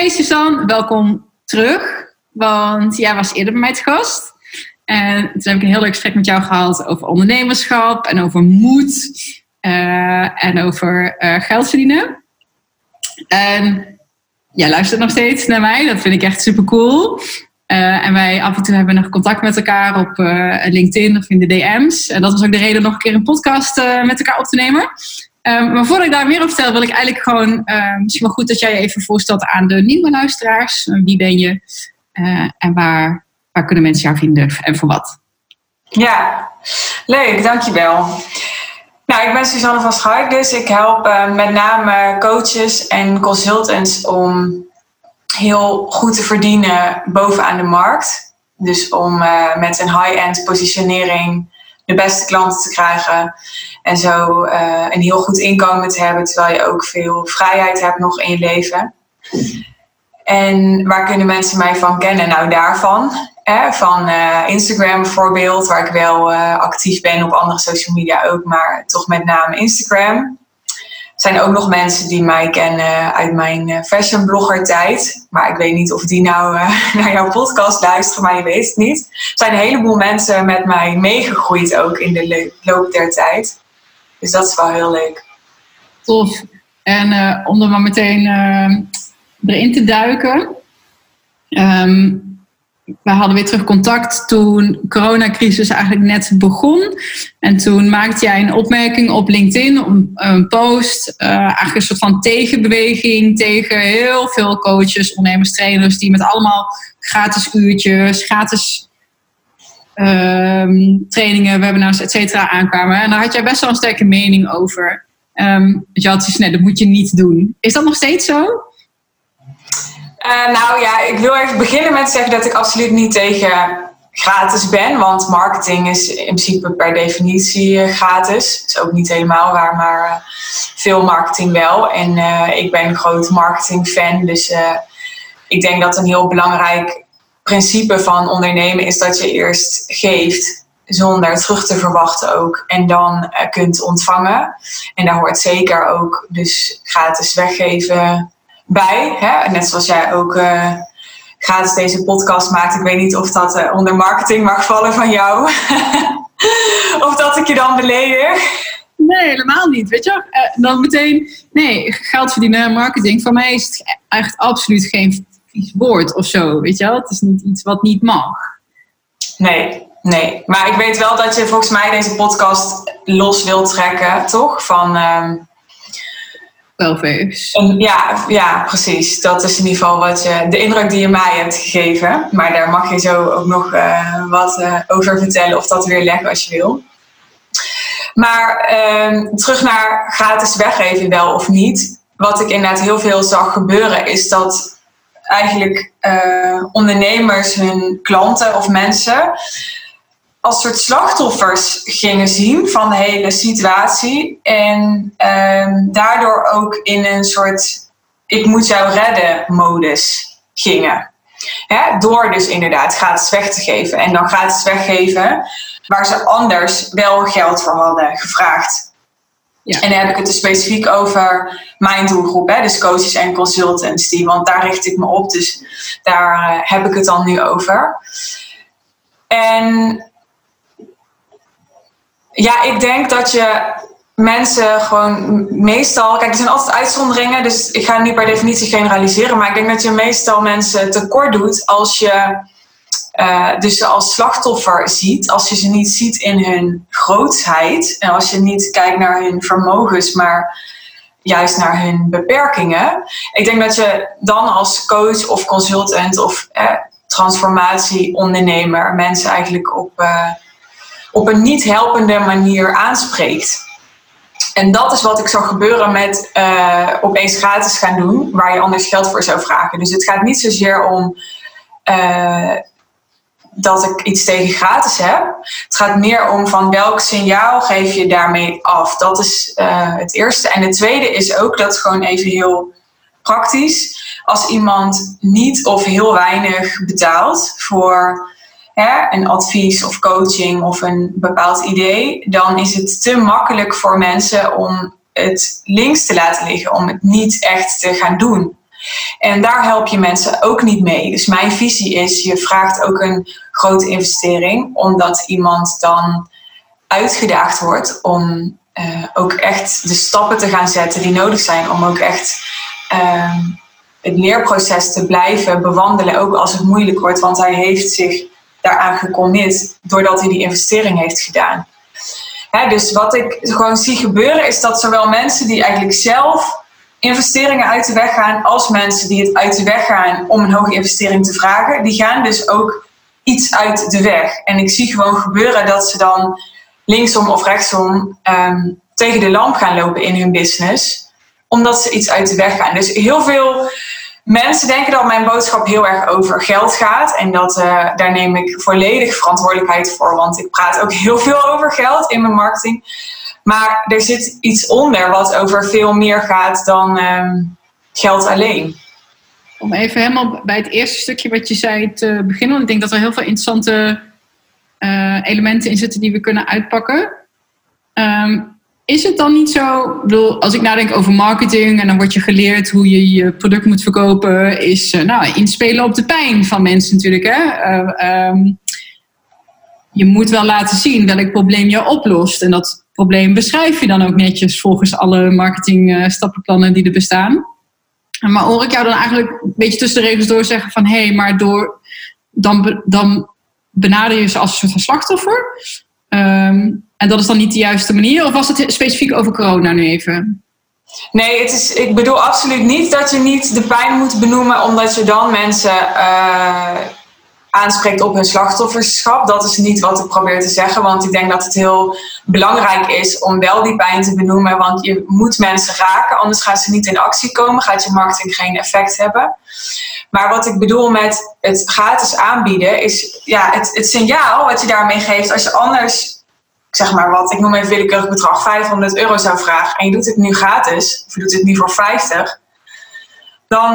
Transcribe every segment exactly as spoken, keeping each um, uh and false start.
Hey Suzanne, welkom terug. Want jij was eerder bij mij te gast. En toen heb ik een heel leuk gesprek met jou gehad over ondernemerschap en over moed uh, en over uh, geld verdienen. En jij luistert nog steeds naar mij, dat vind ik echt super cool. Uh, en wij af en toe hebben nog contact met elkaar op uh, LinkedIn of in de D M's. En dat was ook de reden om nog een keer een podcast uh, met elkaar op te nemen. Um, maar voordat ik daar meer over vertel, wil ik eigenlijk gewoon... Uh, misschien wel goed dat jij je even voorstelt aan de nieuwe luisteraars. Uh, wie ben je uh, en waar, waar kunnen mensen jou vinden en voor wat? Ja, leuk, dankjewel. Nou, ik ben Suzanne van Schaik, dus ik help uh, met name coaches en consultants om heel goed te verdienen bovenaan de markt. Dus om uh, met een high-end positionering de beste klanten te krijgen en zo uh, een heel goed inkomen te hebben, terwijl je ook veel vrijheid hebt nog in je leven. En waar kunnen mensen mij van kennen? Nou, daarvan. Hè, van uh, Instagram bijvoorbeeld, waar ik wel uh, actief ben, op andere social media ook, maar toch met name Instagram. Er zijn ook nog mensen die mij kennen uit mijn uh, fashion blogger tijd. Maar ik weet niet of die nou uh, naar jouw podcast luisteren, maar je weet het niet. Er zijn een heleboel mensen met mij meegegroeid ook in de le- loop der tijd. Dus dat is wel heel leuk. Tof. En uh, om er maar meteen uh, erin te duiken. Um, we hadden weer terug contact toen de coronacrisis eigenlijk net begon. En toen maakte jij een opmerking op LinkedIn, om een post. Uh, eigenlijk een soort van tegenbeweging tegen heel veel coaches, ondernemers, trainers, die met allemaal gratis uurtjes, gratis um, trainingen, webinars, et cetera aankwamen. En daar had jij best wel een sterke mening over. Um, je had zoiets, nee, dat moet je niet doen. Is dat nog steeds zo? Uh, nou ja, ik wil even beginnen met zeggen dat ik absoluut niet tegen gratis ben. Want marketing is in principe per definitie uh, gratis. Dat is ook niet helemaal waar, maar uh, veel marketing wel. En uh, ik ben een groot marketingfan. Dus uh, ik denk dat een heel belangrijk principe van ondernemen is dat je eerst geeft zonder terug te verwachten ook. En dan uh, kunt ontvangen. En daar hoort zeker ook dus gratis weggeven bij. Hè? Net zoals jij ook uh, gratis deze podcast maakt. Ik weet niet of dat uh, onder marketing mag vallen van jou. Of dat ik je dan beledig. Nee, helemaal niet. Weet je, uh, dan meteen, nee, geld verdienen en marketing. Voor mij is het echt absoluut geen vies woord of zo. Weet je wel? Het is niet iets wat niet mag. Nee, nee. Maar ik weet wel dat je volgens mij deze podcast los wilt trekken, toch? Van Uh, Ja, ja, precies. Dat is in ieder geval wat je, de indruk die je mij hebt gegeven. Maar daar mag je zo ook nog uh, wat uh, over vertellen of dat weer leggen als je wil. Maar uh, terug naar gratis weggeven wel of niet. Wat ik inderdaad heel veel zag gebeuren is dat eigenlijk uh, ondernemers hun klanten of mensen als soort slachtoffers gingen zien van de hele situatie. En uh, daardoor ook in een soort ik moet jou redden modus gingen. Hè? Door dus inderdaad gratis weg te geven. En dan gratis weggeven waar ze anders wel geld voor hadden gevraagd. Ja. En dan heb ik het dus specifiek over mijn doelgroep. Hè? Dus coaches en consultants. Die, want daar richt ik me op. Dus daar uh, heb ik het dan nu over. En ja, ik denk dat je mensen gewoon meestal... Kijk, er zijn altijd uitzonderingen, dus ik ga nu per definitie generaliseren. Maar ik denk dat je meestal mensen tekort doet als je uh, dus ze als slachtoffer ziet. Als je ze niet ziet in hun grootheid. En als je niet kijkt naar hun vermogens, maar juist naar hun beperkingen. Ik denk dat je dan als coach of consultant of eh, transformatieondernemer mensen eigenlijk op... Uh, op een niet helpende manier aanspreekt. En dat is wat ik zag gebeuren met uh, opeens gratis gaan doen, waar je anders geld voor zou vragen. Dus het gaat niet zozeer om uh, dat ik iets tegen gratis heb. Het gaat meer om van welk signaal geef je daarmee af. Dat is uh, het eerste. En het tweede is ook, dat gewoon even heel praktisch. Als iemand niet of heel weinig betaalt voor hè, een advies of coaching of een bepaald idee, dan is het te makkelijk voor mensen om het links te laten liggen, om het niet echt te gaan doen. En daar help je mensen ook niet mee. Dus mijn visie is, je vraagt ook een grote investering, omdat iemand dan uitgedaagd wordt om uh, ook echt de stappen te gaan zetten die nodig zijn om ook echt uh, het leerproces te blijven bewandelen, ook als het moeilijk wordt, want hij heeft zich daaraan gecommit doordat hij die investering heeft gedaan. Hè, dus wat ik gewoon zie gebeuren is dat zowel mensen die eigenlijk zelf investeringen uit de weg gaan, als mensen die het uit de weg gaan om een hoge investering te vragen, die gaan dus ook iets uit de weg. En ik zie gewoon gebeuren dat ze dan linksom of rechtsom um, tegen de lamp gaan lopen in hun business, omdat ze iets uit de weg gaan. Dus heel veel mensen denken dat mijn boodschap heel erg over geld gaat. En dat, uh, daar neem ik volledig verantwoordelijkheid voor. Want ik praat ook heel veel over geld in mijn marketing. Maar er zit iets onder wat over veel meer gaat dan um, geld alleen. Om even helemaal bij het eerste stukje wat je zei te beginnen. Want ik denk dat er heel veel interessante uh, elementen in zitten die we kunnen uitpakken. Um, Is het dan niet zo, ik bedoel, als ik nadenk over marketing en dan word je geleerd hoe je je product moet verkopen, is uh, nou, inspelen op de pijn van mensen natuurlijk. Hè? Uh, um, je moet wel laten zien welk probleem je oplost. En dat probleem beschrijf je dan ook netjes volgens alle marketing uh, stappenplannen die er bestaan. Maar hoor ik jou dan eigenlijk een beetje tussen de regels door zeggen van hé, hey, maar door, dan, dan benader je ze als een soort van slachtoffer. Um, En dat is dan niet de juiste manier? Of was het specifiek over corona nu even? Nee, het is, ik bedoel absoluut niet dat je niet de pijn moet benoemen, omdat je dan mensen uh, aanspreekt op hun slachtofferschap. Dat is niet wat ik probeer te zeggen, want ik denk dat het heel belangrijk is om wel die pijn te benoemen. Want je moet mensen raken, anders gaan ze niet in actie komen, gaat je marketing geen effect hebben. Maar wat ik bedoel met het gratis aanbieden is ja, het, het signaal wat je daarmee geeft als je anders, zeg maar wat, ik noem even willekeurig bedrag, vijfhonderd euro zou vragen en je doet het nu gratis, of je doet het nu voor vijftig, dan,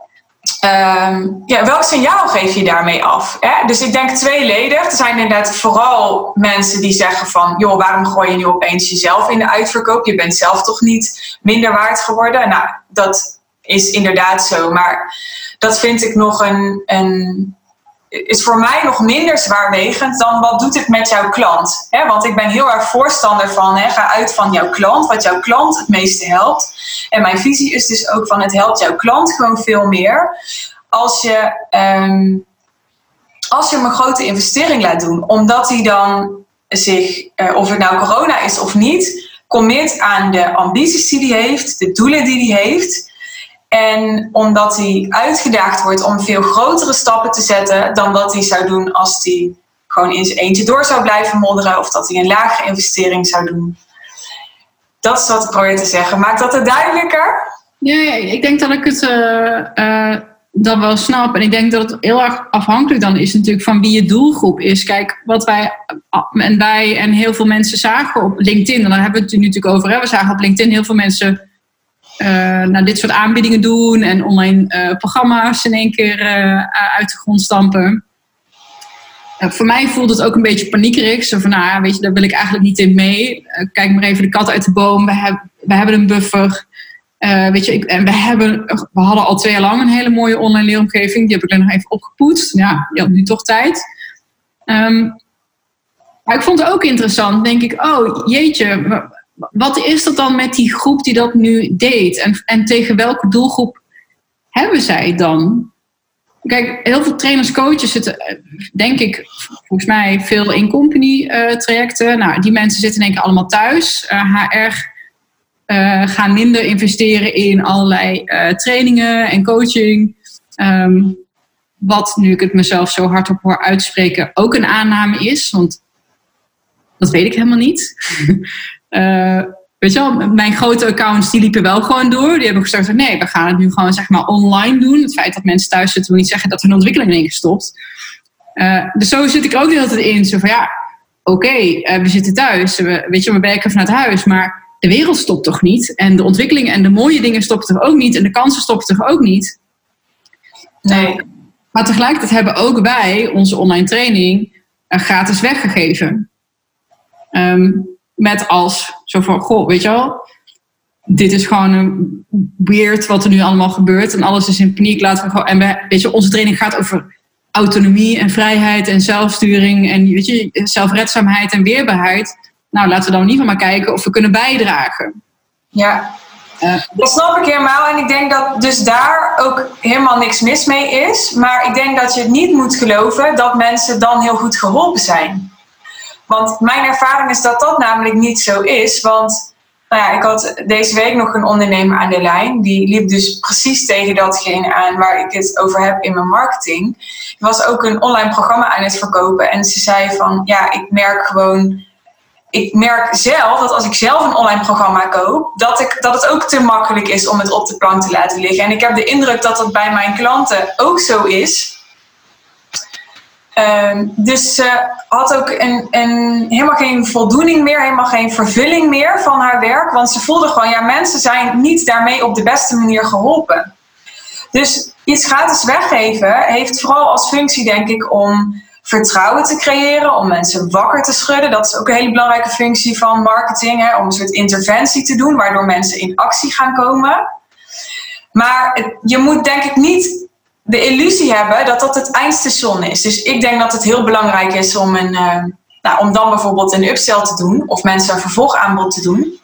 um, ja, welk signaal geef je daarmee af? Hè? Dus ik denk tweeledig. Er zijn inderdaad vooral mensen die zeggen van, joh, waarom gooi je nu opeens jezelf in de uitverkoop? Je bent zelf toch niet minder waard geworden? Nou, dat is inderdaad zo, maar dat vind ik nog een, een is voor mij nog minder zwaarwegend dan wat doet het met jouw klant. He, want ik ben heel erg voorstander van, he, ga uit van jouw klant, wat jouw klant het meeste helpt. En mijn visie is dus ook van, het helpt jouw klant gewoon veel meer als je, um, als je hem een grote investering laat doen. Omdat hij dan zich, uh, of het nou corona is of niet, commit aan de ambities die hij heeft, de doelen die hij heeft. En omdat hij uitgedaagd wordt om veel grotere stappen te zetten dan dat hij zou doen als hij gewoon in zijn eentje door zou blijven modderen of dat hij een lagere investering zou doen. Dat is wat ik probeer te zeggen. Maakt dat het duidelijker? Ja, ja, ik denk dat ik het uh, uh, dan wel snap. En ik denk dat het heel erg afhankelijk dan is natuurlijk van wie je doelgroep is. Kijk, wat wij en wij en heel veel mensen zagen op LinkedIn, en daar hebben we het nu natuurlijk over. Hè? We zagen op LinkedIn heel veel mensen Uh, nou, dit soort aanbiedingen doen en online uh, programma's in één keer uh, uit de grond stampen. Uh, voor mij voelt het ook een beetje paniekerig. Zo van, nou, weet je, daar wil ik eigenlijk niet in mee. Uh, kijk maar even de kat uit de boom. We, heb, we hebben een buffer. Uh, weet je, ik, en we, hebben, we hadden al twee jaar lang een hele mooie online leeromgeving. Die heb ik er nog even opgepoetst. Ja, je had nu toch tijd. Um, maar ik vond het ook interessant. Denk ik, oh jeetje, wat is dat dan met die groep die dat nu deed? En, en tegen welke doelgroep hebben zij het dan? Kijk, heel veel trainers, coaches zitten, denk ik, volgens mij veel in company uh, trajecten. Nou, die mensen zitten denk ik allemaal thuis. Uh, H R uh, gaan minder investeren in allerlei uh, trainingen en coaching. Um, wat, nu ik het mezelf zo hardop hoor uitspreken, ook een aanname is. Want dat weet ik helemaal niet. uh, weet je wel, mijn grote accounts die liepen wel gewoon door. Die hebben gezegd, nee, we gaan het nu gewoon zeg maar online doen. Het feit dat mensen thuis zitten wil niet zeggen dat hun ontwikkeling erin gestopt. Uh, dus zo zit ik er ook de hele tijd in. Zo van ja, oké, okay, uh, we zitten thuis. We, weet je, we werken vanuit huis, maar de wereld stopt toch niet? En de ontwikkeling en de mooie dingen stoppen toch ook niet? En de kansen stoppen toch ook niet? Nee. Maar tegelijkertijd hebben ook wij onze online training uh, gratis weggegeven. Um, met als, zo van, goh, weet je wel, dit is gewoon een weird wat er nu allemaal gebeurt. En alles is in paniek. Laten we gewoon, en we, weet je, onze training gaat over autonomie en vrijheid en zelfsturing. En weet je, zelfredzaamheid en weerbaarheid. Nou, laten we dan in ieder geval maar kijken of we kunnen bijdragen. Ja, uh, dat snap ik helemaal. En ik denk dat dus daar ook helemaal niks mis mee is. Maar ik denk dat je het niet moet geloven dat mensen dan heel goed geholpen zijn. Want mijn ervaring is dat dat namelijk niet zo is. Want nou ja, ik had deze week nog een ondernemer aan de lijn. Die liep dus precies tegen datgene aan waar ik het over heb in mijn marketing. Die was ook een online programma aan het verkopen. En ze zei van, ja, ik merk gewoon... Ik merk zelf dat als ik zelf een online programma koop, dat, ik, dat het ook te makkelijk is om het op de plank te laten liggen. En ik heb de indruk dat dat bij mijn klanten ook zo is. Um, dus ze had ook een, een, helemaal geen voldoening meer, helemaal geen vervulling meer van haar werk. Want ze voelde gewoon, ja, mensen zijn niet daarmee op de beste manier geholpen. Dus iets gratis weggeven heeft vooral als functie, denk ik, om vertrouwen te creëren, om mensen wakker te schudden. Dat is ook een hele belangrijke functie van marketing, hè, om een soort interventie te doen, waardoor mensen in actie gaan komen. Maar het, je moet denk ik niet de illusie hebben dat dat het eindstation is. Dus ik denk dat het heel belangrijk is om, een, uh, nou, om dan bijvoorbeeld een upsell te doen, of mensen een vervolgaanbod te doen.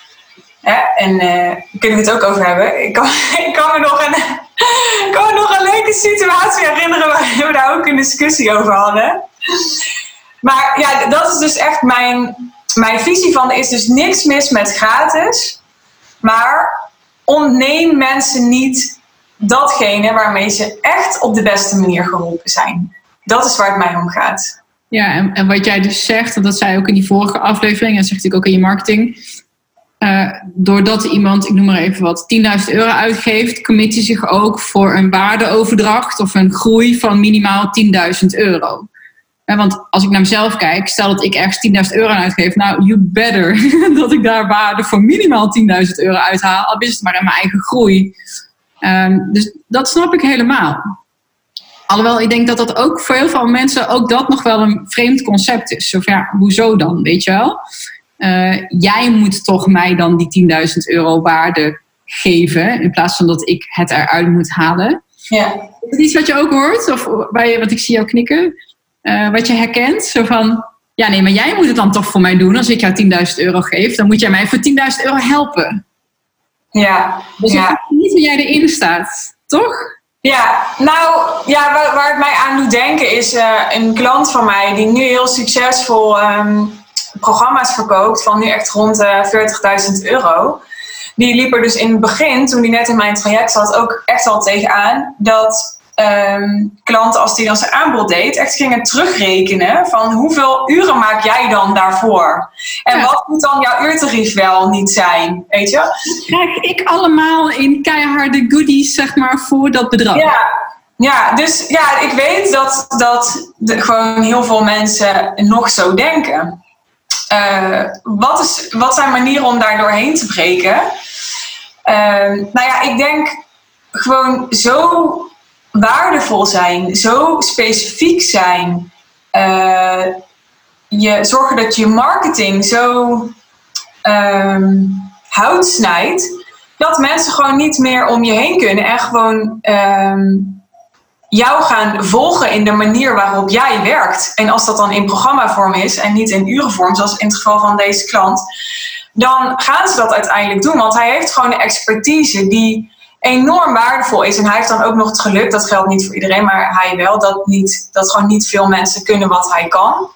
Hè? En uh, daar kunnen we het ook over hebben. Ik kan, ik kan me nog een... Ik kan me nog een leuke situatie herinneren waar we daar ook een discussie over hadden. Maar ja, dat is dus echt mijn, mijn visie van, er is dus niks mis met gratis. Maar ontneem mensen niet datgene waarmee ze echt op de beste manier geholpen zijn. Dat is waar het mij om gaat. Ja, en, en wat jij dus zegt, en dat zei je ook in die vorige aflevering, en dat zegt natuurlijk ook in je marketing. Uh, doordat iemand, ik noem maar even wat, tienduizend euro uitgeeft, commit hij zich ook voor een waardeoverdracht of een groei van minimaal tienduizend euro. Uh, want als ik naar mezelf kijk, stel dat ik ergens tienduizend euro aan uitgeef, nou, you better dat ik daar waarde voor minimaal tienduizend euro uithaal, al is het maar in mijn eigen groei. Um, dus dat snap ik helemaal. Alhoewel, ik denk dat dat ook voor heel veel mensen ook dat nog wel een vreemd concept is. Of ja, hoezo dan, weet je wel? Uh, jij moet toch mij dan die tienduizend euro waarde geven, in plaats van dat ik het eruit moet halen. Ja. Is dat iets wat je ook hoort? Of waar je, wat ik zie jou knikken, uh, wat je herkent? Zo van, ja nee, maar jij moet het dan toch voor mij doen. Als ik jou tienduizend euro geef, dan moet jij mij voor tienduizend euro helpen. Ja. Dus ik ja. weet niet hoe jij erin staat, toch? Ja, nou, ja, waar, waar het mij aan doet denken is uh, een klant van mij die nu heel succesvol um, programma's verkoopt van nu echt rond uh, veertigduizend euro. Die liep er dus in het begin, toen die net in mijn traject zat, ook echt al tegenaan dat um, klanten, als die dan zijn aanbod deed, echt gingen terugrekenen van hoeveel uren maak jij dan daarvoor? En ja. Wat moet dan jouw uurtarief wel niet zijn, weet je? Krijg ik allemaal in keiharde goodies, zeg maar, voor dat bedrag? Ja, ja dus ja, ik weet dat, dat de, gewoon heel veel mensen nog zo denken. Uh, wat, is, wat zijn manieren om daar doorheen te breken? Uh, nou ja, ik denk gewoon zo waardevol zijn, zo specifiek zijn. Uh, je, zorgen dat je marketing zo um, hout snijdt, dat mensen gewoon niet meer om je heen kunnen en gewoon um, jou gaan volgen in de manier waarop jij werkt. En als dat dan in programmavorm is en niet in urenvorm, zoals in het geval van deze klant, dan gaan ze dat uiteindelijk doen. Want hij heeft gewoon een expertise die enorm waardevol is. En hij heeft dan ook nog het geluk, dat geldt niet voor iedereen, maar hij wel, dat, niet, dat gewoon niet veel mensen kunnen wat hij kan.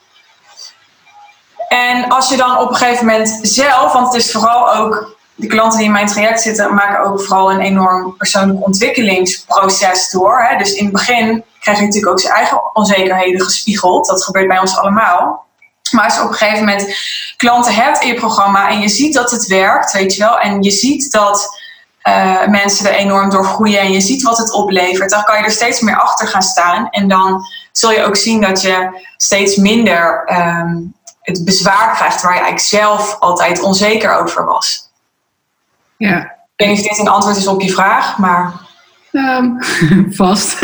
En als je dan op een gegeven moment zelf, want het is vooral ook, de klanten die in mijn traject zitten, maken ook vooral een enorm persoonlijk ontwikkelingsproces door. Hè. Dus in het begin krijg je natuurlijk ook zijn eigen onzekerheden gespiegeld. Dat gebeurt bij ons allemaal. Maar als je op een gegeven moment klanten hebt in je programma en je ziet dat het werkt, weet je wel, en je ziet dat uh, mensen er enorm door groeien en je ziet wat het oplevert, dan kan je er steeds meer achter gaan staan. En dan zul je ook zien dat je steeds minder um, het bezwaar krijgt waar je eigenlijk zelf altijd onzeker over was. Ja. Ik weet niet of dit een antwoord is op je vraag, maar Um, vast.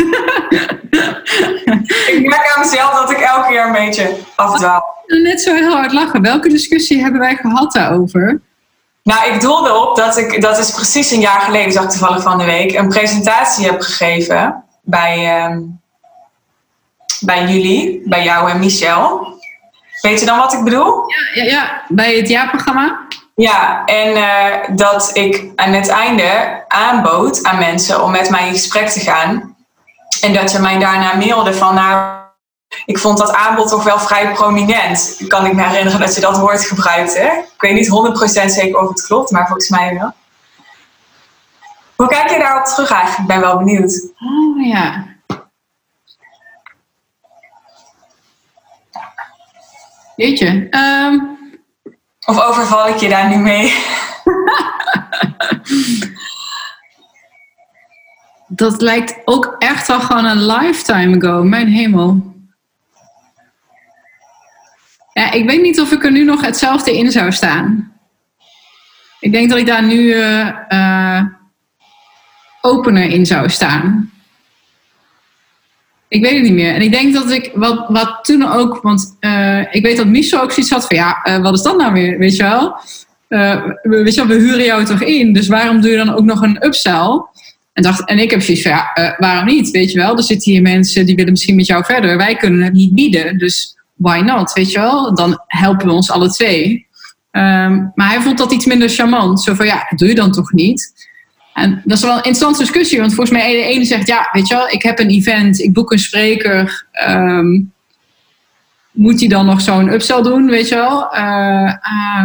Ik merk aan mezelf dat ik elke keer een beetje afdwaal. Net zo heel hard lachen. Welke discussie hebben wij gehad daarover? Nou, ik doelde op dat ik, dat is precies een jaar geleden, zag ik toevallig van de week, een presentatie heb gegeven bij, um, bij jullie, bij jou en Michel. Weet je dan wat ik bedoel? Ja, ja, ja. Bij het jaarprogramma. Ja, en uh, dat ik aan het einde aanbood aan mensen om met mij in gesprek te gaan. En dat ze mij daarna mailden van, nou, ik vond dat aanbod toch wel vrij prominent. Kan ik me herinneren dat je dat woord gebruikte. Ik weet niet honderd procent zeker of het klopt, maar volgens mij wel. Hoe kijk je daarop terug eigenlijk? Ik ben wel benieuwd. Oh ja. Jeetje. Um... Of overval ik je daar nu mee? Dat lijkt ook echt wel gewoon een lifetime ago. Mijn hemel. Ja, ik weet niet of ik er nu nog hetzelfde in zou staan. Ik denk dat ik daar nu uh, uh, opener in zou staan. Ik weet het niet meer. En ik denk dat ik, wat, wat toen ook, want uh, ik weet dat Michel ook zoiets had van, ja, uh, wat is dat nou weer, weet je wel? Uh, weet je wel, we huren jou toch in, dus waarom doe je dan ook nog een upsell? En, dacht, en ik heb zoiets van, ja, uh, waarom niet, weet je wel? Er zitten hier mensen die willen misschien met jou verder. Wij kunnen het niet bieden, dus why not, weet je wel? Dan helpen we ons alle twee. Um, maar hij vond dat iets minder charmant. Zo van, ja, dat doe je dan toch niet? En dat is wel een interessante discussie, want volgens mij de ene zegt, ja, weet je wel, ik heb een event, ik boek een spreker. Um, moet hij dan nog zo'n upsell doen, weet je wel? Uh, uh,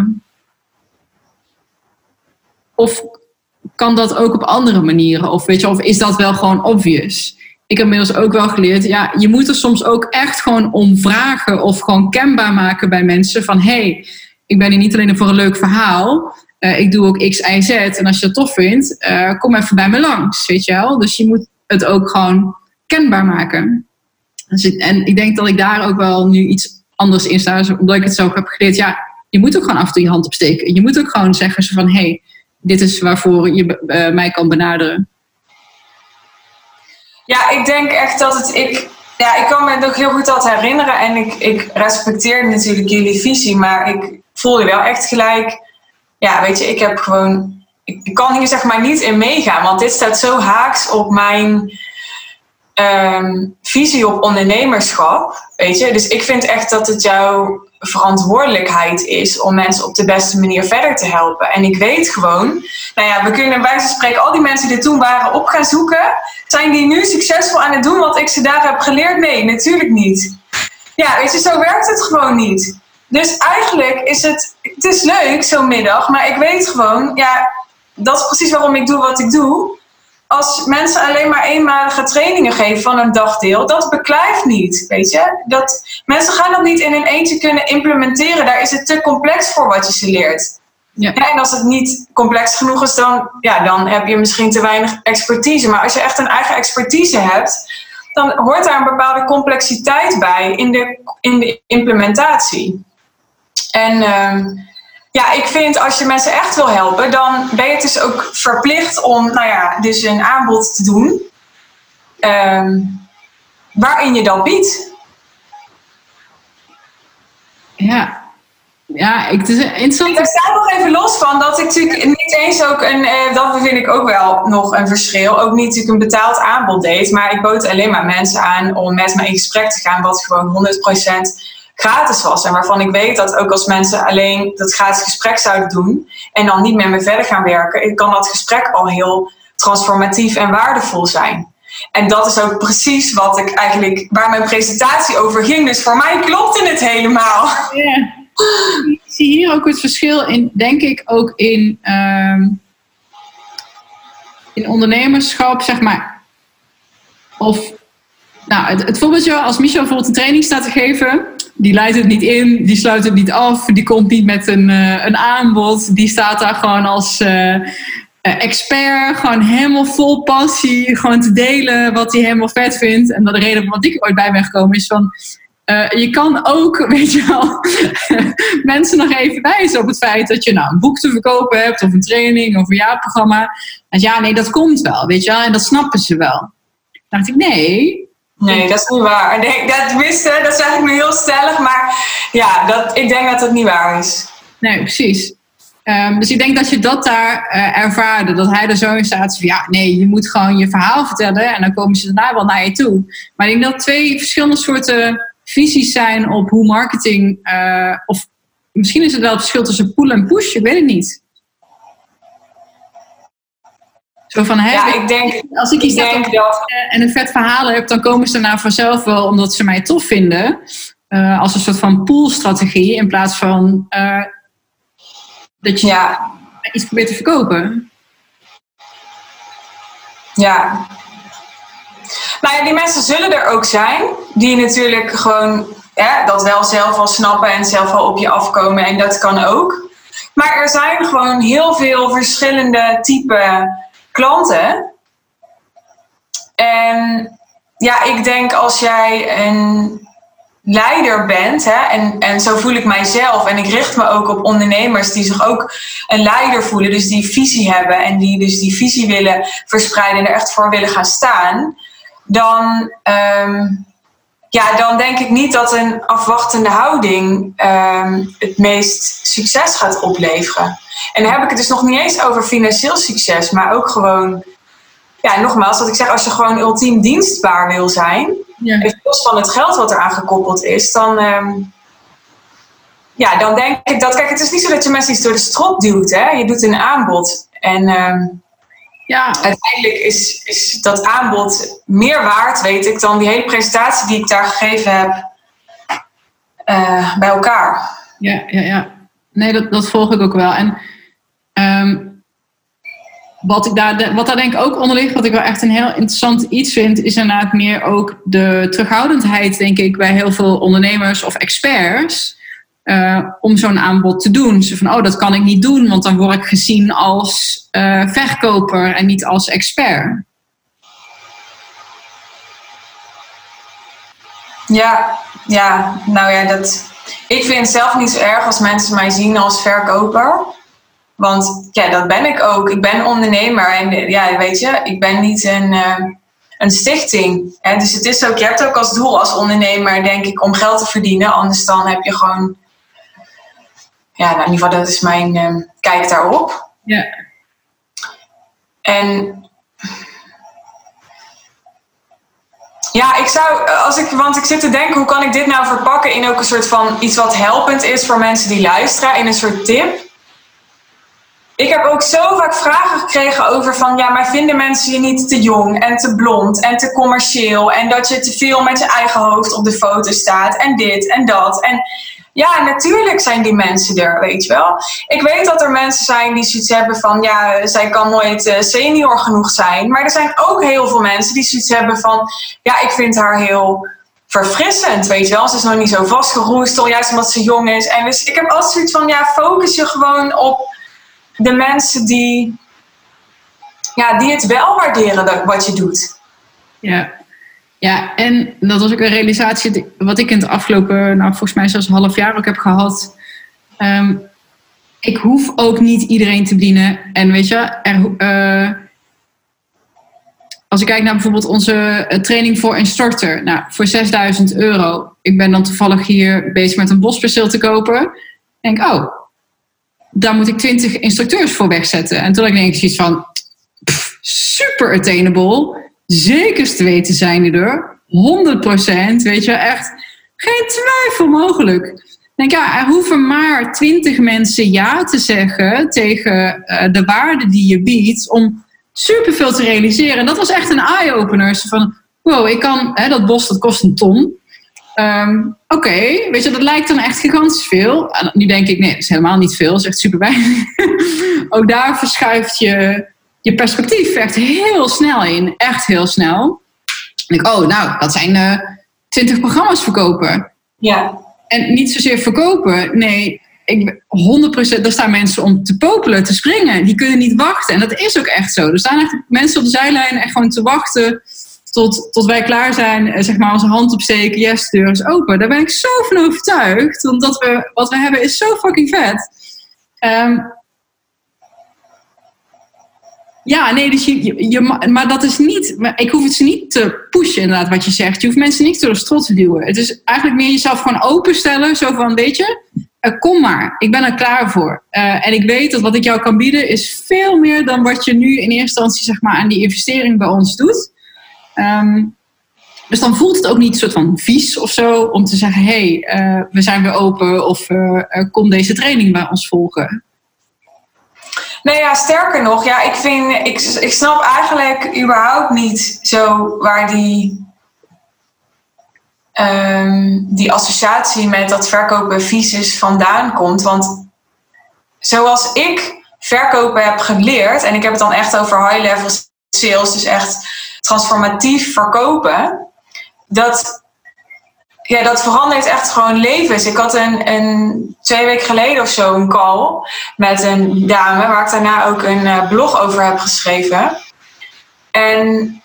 of kan dat ook op andere manieren? Of, weet je, of is dat wel gewoon obvious? Ik heb inmiddels ook wel geleerd, ja, je moet er soms ook echt gewoon om vragen of gewoon kenbaar maken bij mensen van, hey, ik ben hier niet alleen voor een leuk verhaal, uh, ik doe ook X, Y, Z en als je dat tof vindt, uh, kom even bij me langs, weet je wel? Dus je moet het ook gewoon kenbaar maken. Dus ik, en ik denk dat ik daar ook wel nu iets anders in sta, omdat ik het zo heb geleerd, ja, je moet ook gewoon af en toe je hand opsteken. Je moet ook gewoon zeggen zo van, hey, dit is waarvoor je uh, mij kan benaderen. Ja, ik denk echt dat het... Ik, ja, ik kan me nog heel goed dat herinneren. En ik, ik respecteer natuurlijk jullie visie. Maar ik voelde wel echt gelijk... Ja, weet je, ik heb gewoon... Ik, ik kan hier zeg maar niet in meegaan. Want dit staat zo haaks op mijn um, visie op ondernemerschap. Weet je, dus ik vind echt dat het jouw verantwoordelijkheid is om mensen op de beste manier verder te helpen. En ik weet gewoon, nou ja, we kunnen bij wijze van spreken al die mensen die er toen waren op gaan zoeken. Zijn die nu succesvol aan het doen wat ik ze daar heb geleerd? Nee, natuurlijk niet. Ja, weet je, zo werkt het gewoon niet. Dus eigenlijk is het, het is leuk zo'n middag, maar ik weet gewoon, ja, dat is precies waarom ik doe wat ik doe. Als mensen alleen maar eenmalige trainingen geven van een dagdeel, dat beklijft niet, weet je. Dat, mensen gaan dat niet in hun eentje kunnen implementeren. Daar is het te complex voor wat je ze leert. Ja. Ja, en als het niet complex genoeg is, dan, ja, dan heb je misschien te weinig expertise. Maar als je echt een eigen expertise hebt, dan hoort daar een bepaalde complexiteit bij in de, in de implementatie. En... Um, Ja, ik vind als je mensen echt wil helpen, dan ben je dus ook verplicht om, nou ja, dus een aanbod te doen. Um, waarin je dat biedt. Ja, ja, ik, het is interessant. Ik sta nog even los van dat ik natuurlijk niet eens ook een, uh, dat vind ik ook wel nog een verschil, ook niet natuurlijk een betaald aanbod deed, maar ik bood alleen maar mensen aan om met me in gesprek te gaan, wat gewoon honderd procent gratis was. En waarvan ik weet dat ook als mensen alleen dat gratis gesprek zouden doen en dan niet met me verder gaan werken, kan dat gesprek al heel transformatief en waardevol zijn. En dat is ook precies wat ik eigenlijk, waar mijn presentatie over ging. Dus voor mij klopte het helemaal. Ja. Ik zie hier ook het verschil in, denk ik, ook in, um, in ondernemerschap, zeg maar. Of, nou, het, het voorbeeldje, als Michel bijvoorbeeld een training staat te geven, die leidt het niet in, die sluit het niet af, die komt niet met een, uh, een aanbod, die staat daar gewoon als uh, uh, expert, gewoon helemaal vol passie, gewoon te delen wat hij helemaal vet vindt. En dat de reden waarom ik ooit bij ben gekomen is van, uh, je kan ook, weet je wel, mensen nog even wijzen op het feit dat je nou een boek te verkopen hebt, of een training, of een jaarprogramma. En ja, nee, dat komt wel, weet je wel, en dat snappen ze wel. Dan dacht ik, nee... Nee, dat is niet waar. Nee, dat wist dat zeg ik nu heel stellig. Maar ja, dat, ik denk dat dat niet waar is. Nee, precies. Um, dus ik denk dat je dat daar uh, ervaarde. Dat hij er zo in staat van, ja, nee, je moet gewoon je verhaal vertellen en dan komen ze daarna wel naar je toe. Maar ik denk dat twee verschillende soorten visies zijn op hoe marketing, uh, of misschien is het wel het verschil tussen pull en push, ik weet het niet. Zo van, hè, ja, ik denk, als ik iets ik denk dat, dat... en een vet verhaal heb, dan komen ze daarna vanzelf wel omdat ze mij tof vinden. Uh, als een soort van poolstrategie in plaats van uh, dat je ja. iets probeert te verkopen. Ja. Nou ja, die mensen zullen er ook zijn. Die natuurlijk gewoon ja, dat wel zelf al snappen en zelf al op je afkomen. En dat kan ook. Maar er zijn gewoon heel veel verschillende type klanten. En ja, ik denk als jij een leider bent, hè, en, en zo voel ik mijzelf. En ik richt me ook op ondernemers die zich ook een leider voelen. Dus die visie hebben en die dus die visie willen verspreiden en er echt voor willen gaan staan. Dan, um, ja, dan denk ik niet dat een afwachtende houding um, het meest succes gaat opleveren. En dan heb ik het dus nog niet eens over financieel succes, maar ook gewoon, ja, nogmaals, wat ik zeg, als je gewoon ultiem dienstbaar wil zijn, ja, even los van het geld wat eraan gekoppeld is, dan, um, ja, dan denk ik dat, kijk, het is niet zo dat je mensen iets door de strot duwt, hè? Je doet een aanbod en um, ja, uiteindelijk is, is dat aanbod meer waard, weet ik, dan die hele presentatie die ik daar gegeven heb uh, bij elkaar. Ja, ja, ja. Nee, dat, dat volg ik ook wel. En um, wat, ik daar, wat daar denk ik ook onder ligt, wat ik wel echt een heel interessant iets vind, is inderdaad meer ook de terughoudendheid, denk ik, bij heel veel ondernemers of experts. Uh, om zo'n aanbod te doen. Zo van, oh, dat kan ik niet doen, want dan word ik gezien als uh, verkoper en niet als expert. Ja, ja, nou ja, dat, ik vind het zelf niet zo erg als mensen mij zien als verkoper. Want ja, dat ben ik ook. Ik ben ondernemer en ja, weet je, ik ben niet een, uh, een stichting. Hè? Dus het is ook, je hebt ook als doel als ondernemer, denk ik, om geld te verdienen. Anders dan heb je gewoon, ja, nou, in ieder geval, dat is mijn uh, kijk daarop. Ja. En ja, ik zou, als ik, want ik zit te denken, hoe kan ik dit nou verpakken in ook een soort van iets wat helpend is voor mensen die luisteren, in een soort tip. Ik heb ook zo vaak vragen gekregen over van, ja, maar vinden mensen je niet te jong en te blond en te commercieel en dat je te veel met je eigen hoofd op de foto staat en dit en dat. En ja, natuurlijk zijn die mensen er, weet je wel. Ik weet dat er mensen zijn die zoiets hebben van, ja, zij kan nooit senior genoeg zijn. Maar er zijn ook heel veel mensen die zoiets hebben van, ja, ik vind haar heel verfrissend, weet je wel. Ze is nog niet zo vastgeroest, al juist omdat ze jong is. En dus ik heb altijd zoiets van, ja, focus je gewoon op de mensen die, ja, die het wel waarderen dat, wat je doet. Ja. Ja, en dat was ook een realisatie wat ik in het afgelopen, nou volgens mij zelfs een half jaar ook heb gehad. Um, ik hoef ook niet iedereen te bedienen. En weet je, er, uh, als ik kijk naar bijvoorbeeld onze training voor instructor, nou voor zesduizend euro. Ik ben dan toevallig hier bezig met een bosperceel te kopen. Denk, oh, daar moet ik twintig instructeurs voor wegzetten. En toen denk ik zoiets van, pff, super attainable. Zekers te weten zijn die er. honderd procent, weet je, echt geen twijfel mogelijk. Ik denk, ja, er hoeven maar twintig mensen ja te zeggen tegen uh, de waarde die je biedt om superveel te realiseren. En dat was echt een eye-opener. Van, wow, ik kan, hè, dat bos, dat kost een ton. Um, Oké, okay, weet je, dat lijkt dan echt gigantisch veel. En nu denk ik, nee, dat is helemaal niet veel. Dat is echt super weinig. Ook daar verschuift je je perspectief echt heel snel in. Echt heel snel. En ik, oh, nou, dat zijn uh, twintig programma's verkopen. Ja. En niet zozeer verkopen. Nee, ik, honderd procent, daar staan mensen om te popelen, te springen. Die kunnen niet wachten. En dat is ook echt zo. Er staan echt mensen op de zijlijn echt gewoon te wachten tot, tot wij klaar zijn. Zeg maar onze hand opsteken. Yes, de deur is open. Daar ben ik zo van overtuigd. Want dat we, wat we hebben is zo fucking vet. Um, Ja, nee, dus je, je, je, maar dat is niet, ik hoef het ze niet te pushen inderdaad wat je zegt. Je hoeft mensen niet door de strot te duwen. Het is eigenlijk meer jezelf gewoon openstellen. Zo van, weet je, uh, kom maar, ik ben er klaar voor. Uh, en ik weet dat wat ik jou kan bieden is veel meer dan wat je nu in eerste instantie zeg maar, aan die investering bij ons doet. Um, dus dan voelt het ook niet soort van vies of zo om te zeggen, hé, hey, uh, we zijn weer open of uh, uh, kom deze training bij ons volgen. Nee, ja, sterker nog, ja, ik vind, ik, ik snap eigenlijk überhaupt niet zo waar die, um, die associatie met dat verkopen vies is vandaan komt. Want zoals ik verkopen heb geleerd, en ik heb het dan echt over high-level sales, dus echt transformatief verkopen, dat... Ja, dat verandert echt gewoon levens. Ik had een, een twee weken geleden of zo een call met een dame waar ik daarna ook een uh, blog over heb geschreven. En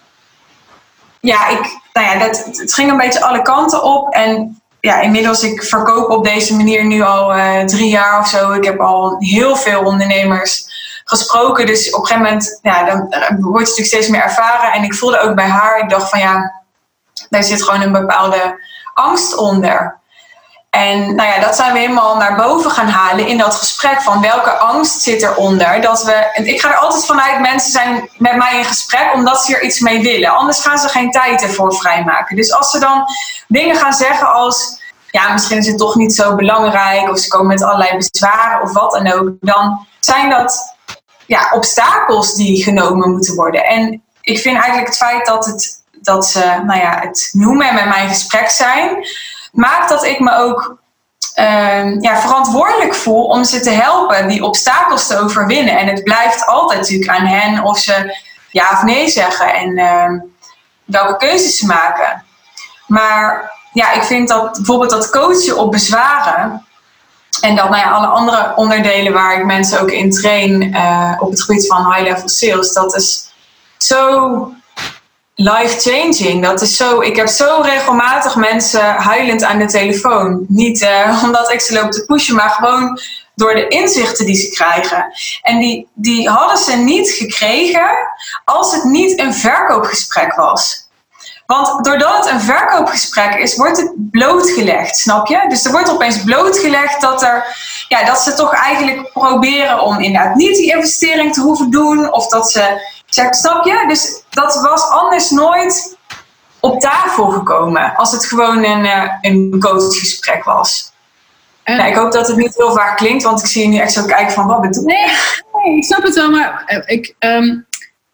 ja, ik, nou ja dat, het ging een beetje alle kanten op. En ja, inmiddels, ik verkoop op deze manier nu al uh, drie jaar of zo. Ik heb al heel veel ondernemers gesproken. Dus op een gegeven moment, ja, dan uh, word je natuurlijk steeds meer ervaren. En ik voelde ook bij haar, ik dacht van ja, daar zit gewoon een bepaalde angst onder. En nou ja, dat zijn we helemaal naar boven gaan halen in dat gesprek van welke angst zit eronder. Dat we, en ik ga er altijd vanuit, mensen zijn met mij in gesprek omdat ze er iets mee willen. Anders gaan ze geen tijd ervoor vrijmaken. Dus als ze dan dingen gaan zeggen als, ja, misschien is het toch niet zo belangrijk, of ze komen met allerlei bezwaren of wat dan ook, dan zijn dat ja, obstakels die genomen moeten worden. En ik vind eigenlijk het feit dat het dat ze nou ja, het noemen en met mij in gesprek zijn, maakt dat ik me ook uh, ja, verantwoordelijk voel om ze te helpen die obstakels te overwinnen. En het blijft altijd natuurlijk aan hen of ze ja of nee zeggen en uh, welke keuzes ze maken. Maar ja, ik vind dat bijvoorbeeld dat coachen op bezwaren en dan nou ja, alle andere onderdelen waar ik mensen ook in train uh, op het gebied van high-level sales, dat is zo life-changing. Dat is zo. Ik heb zo regelmatig mensen huilend aan de telefoon. Niet uh, omdat ik ze loop te pushen, maar gewoon door de inzichten die ze krijgen. En die, die hadden ze niet gekregen als het niet een verkoopgesprek was. Want doordat het een verkoopgesprek is, wordt het blootgelegd, snap je? Dus er wordt opeens blootgelegd dat, er, ja, dat ze toch eigenlijk proberen om inderdaad niet die investering te hoeven doen. Of dat ze, snap je? Dus dat was anders nooit op tafel gekomen als het gewoon een, een coachgesprek was. Uh, nou, ik hoop dat het niet heel vaak klinkt, want ik zie je nu echt zo kijken van wat bedoel je? Nee, nee, ik snap het wel, maar uh, ik... Um...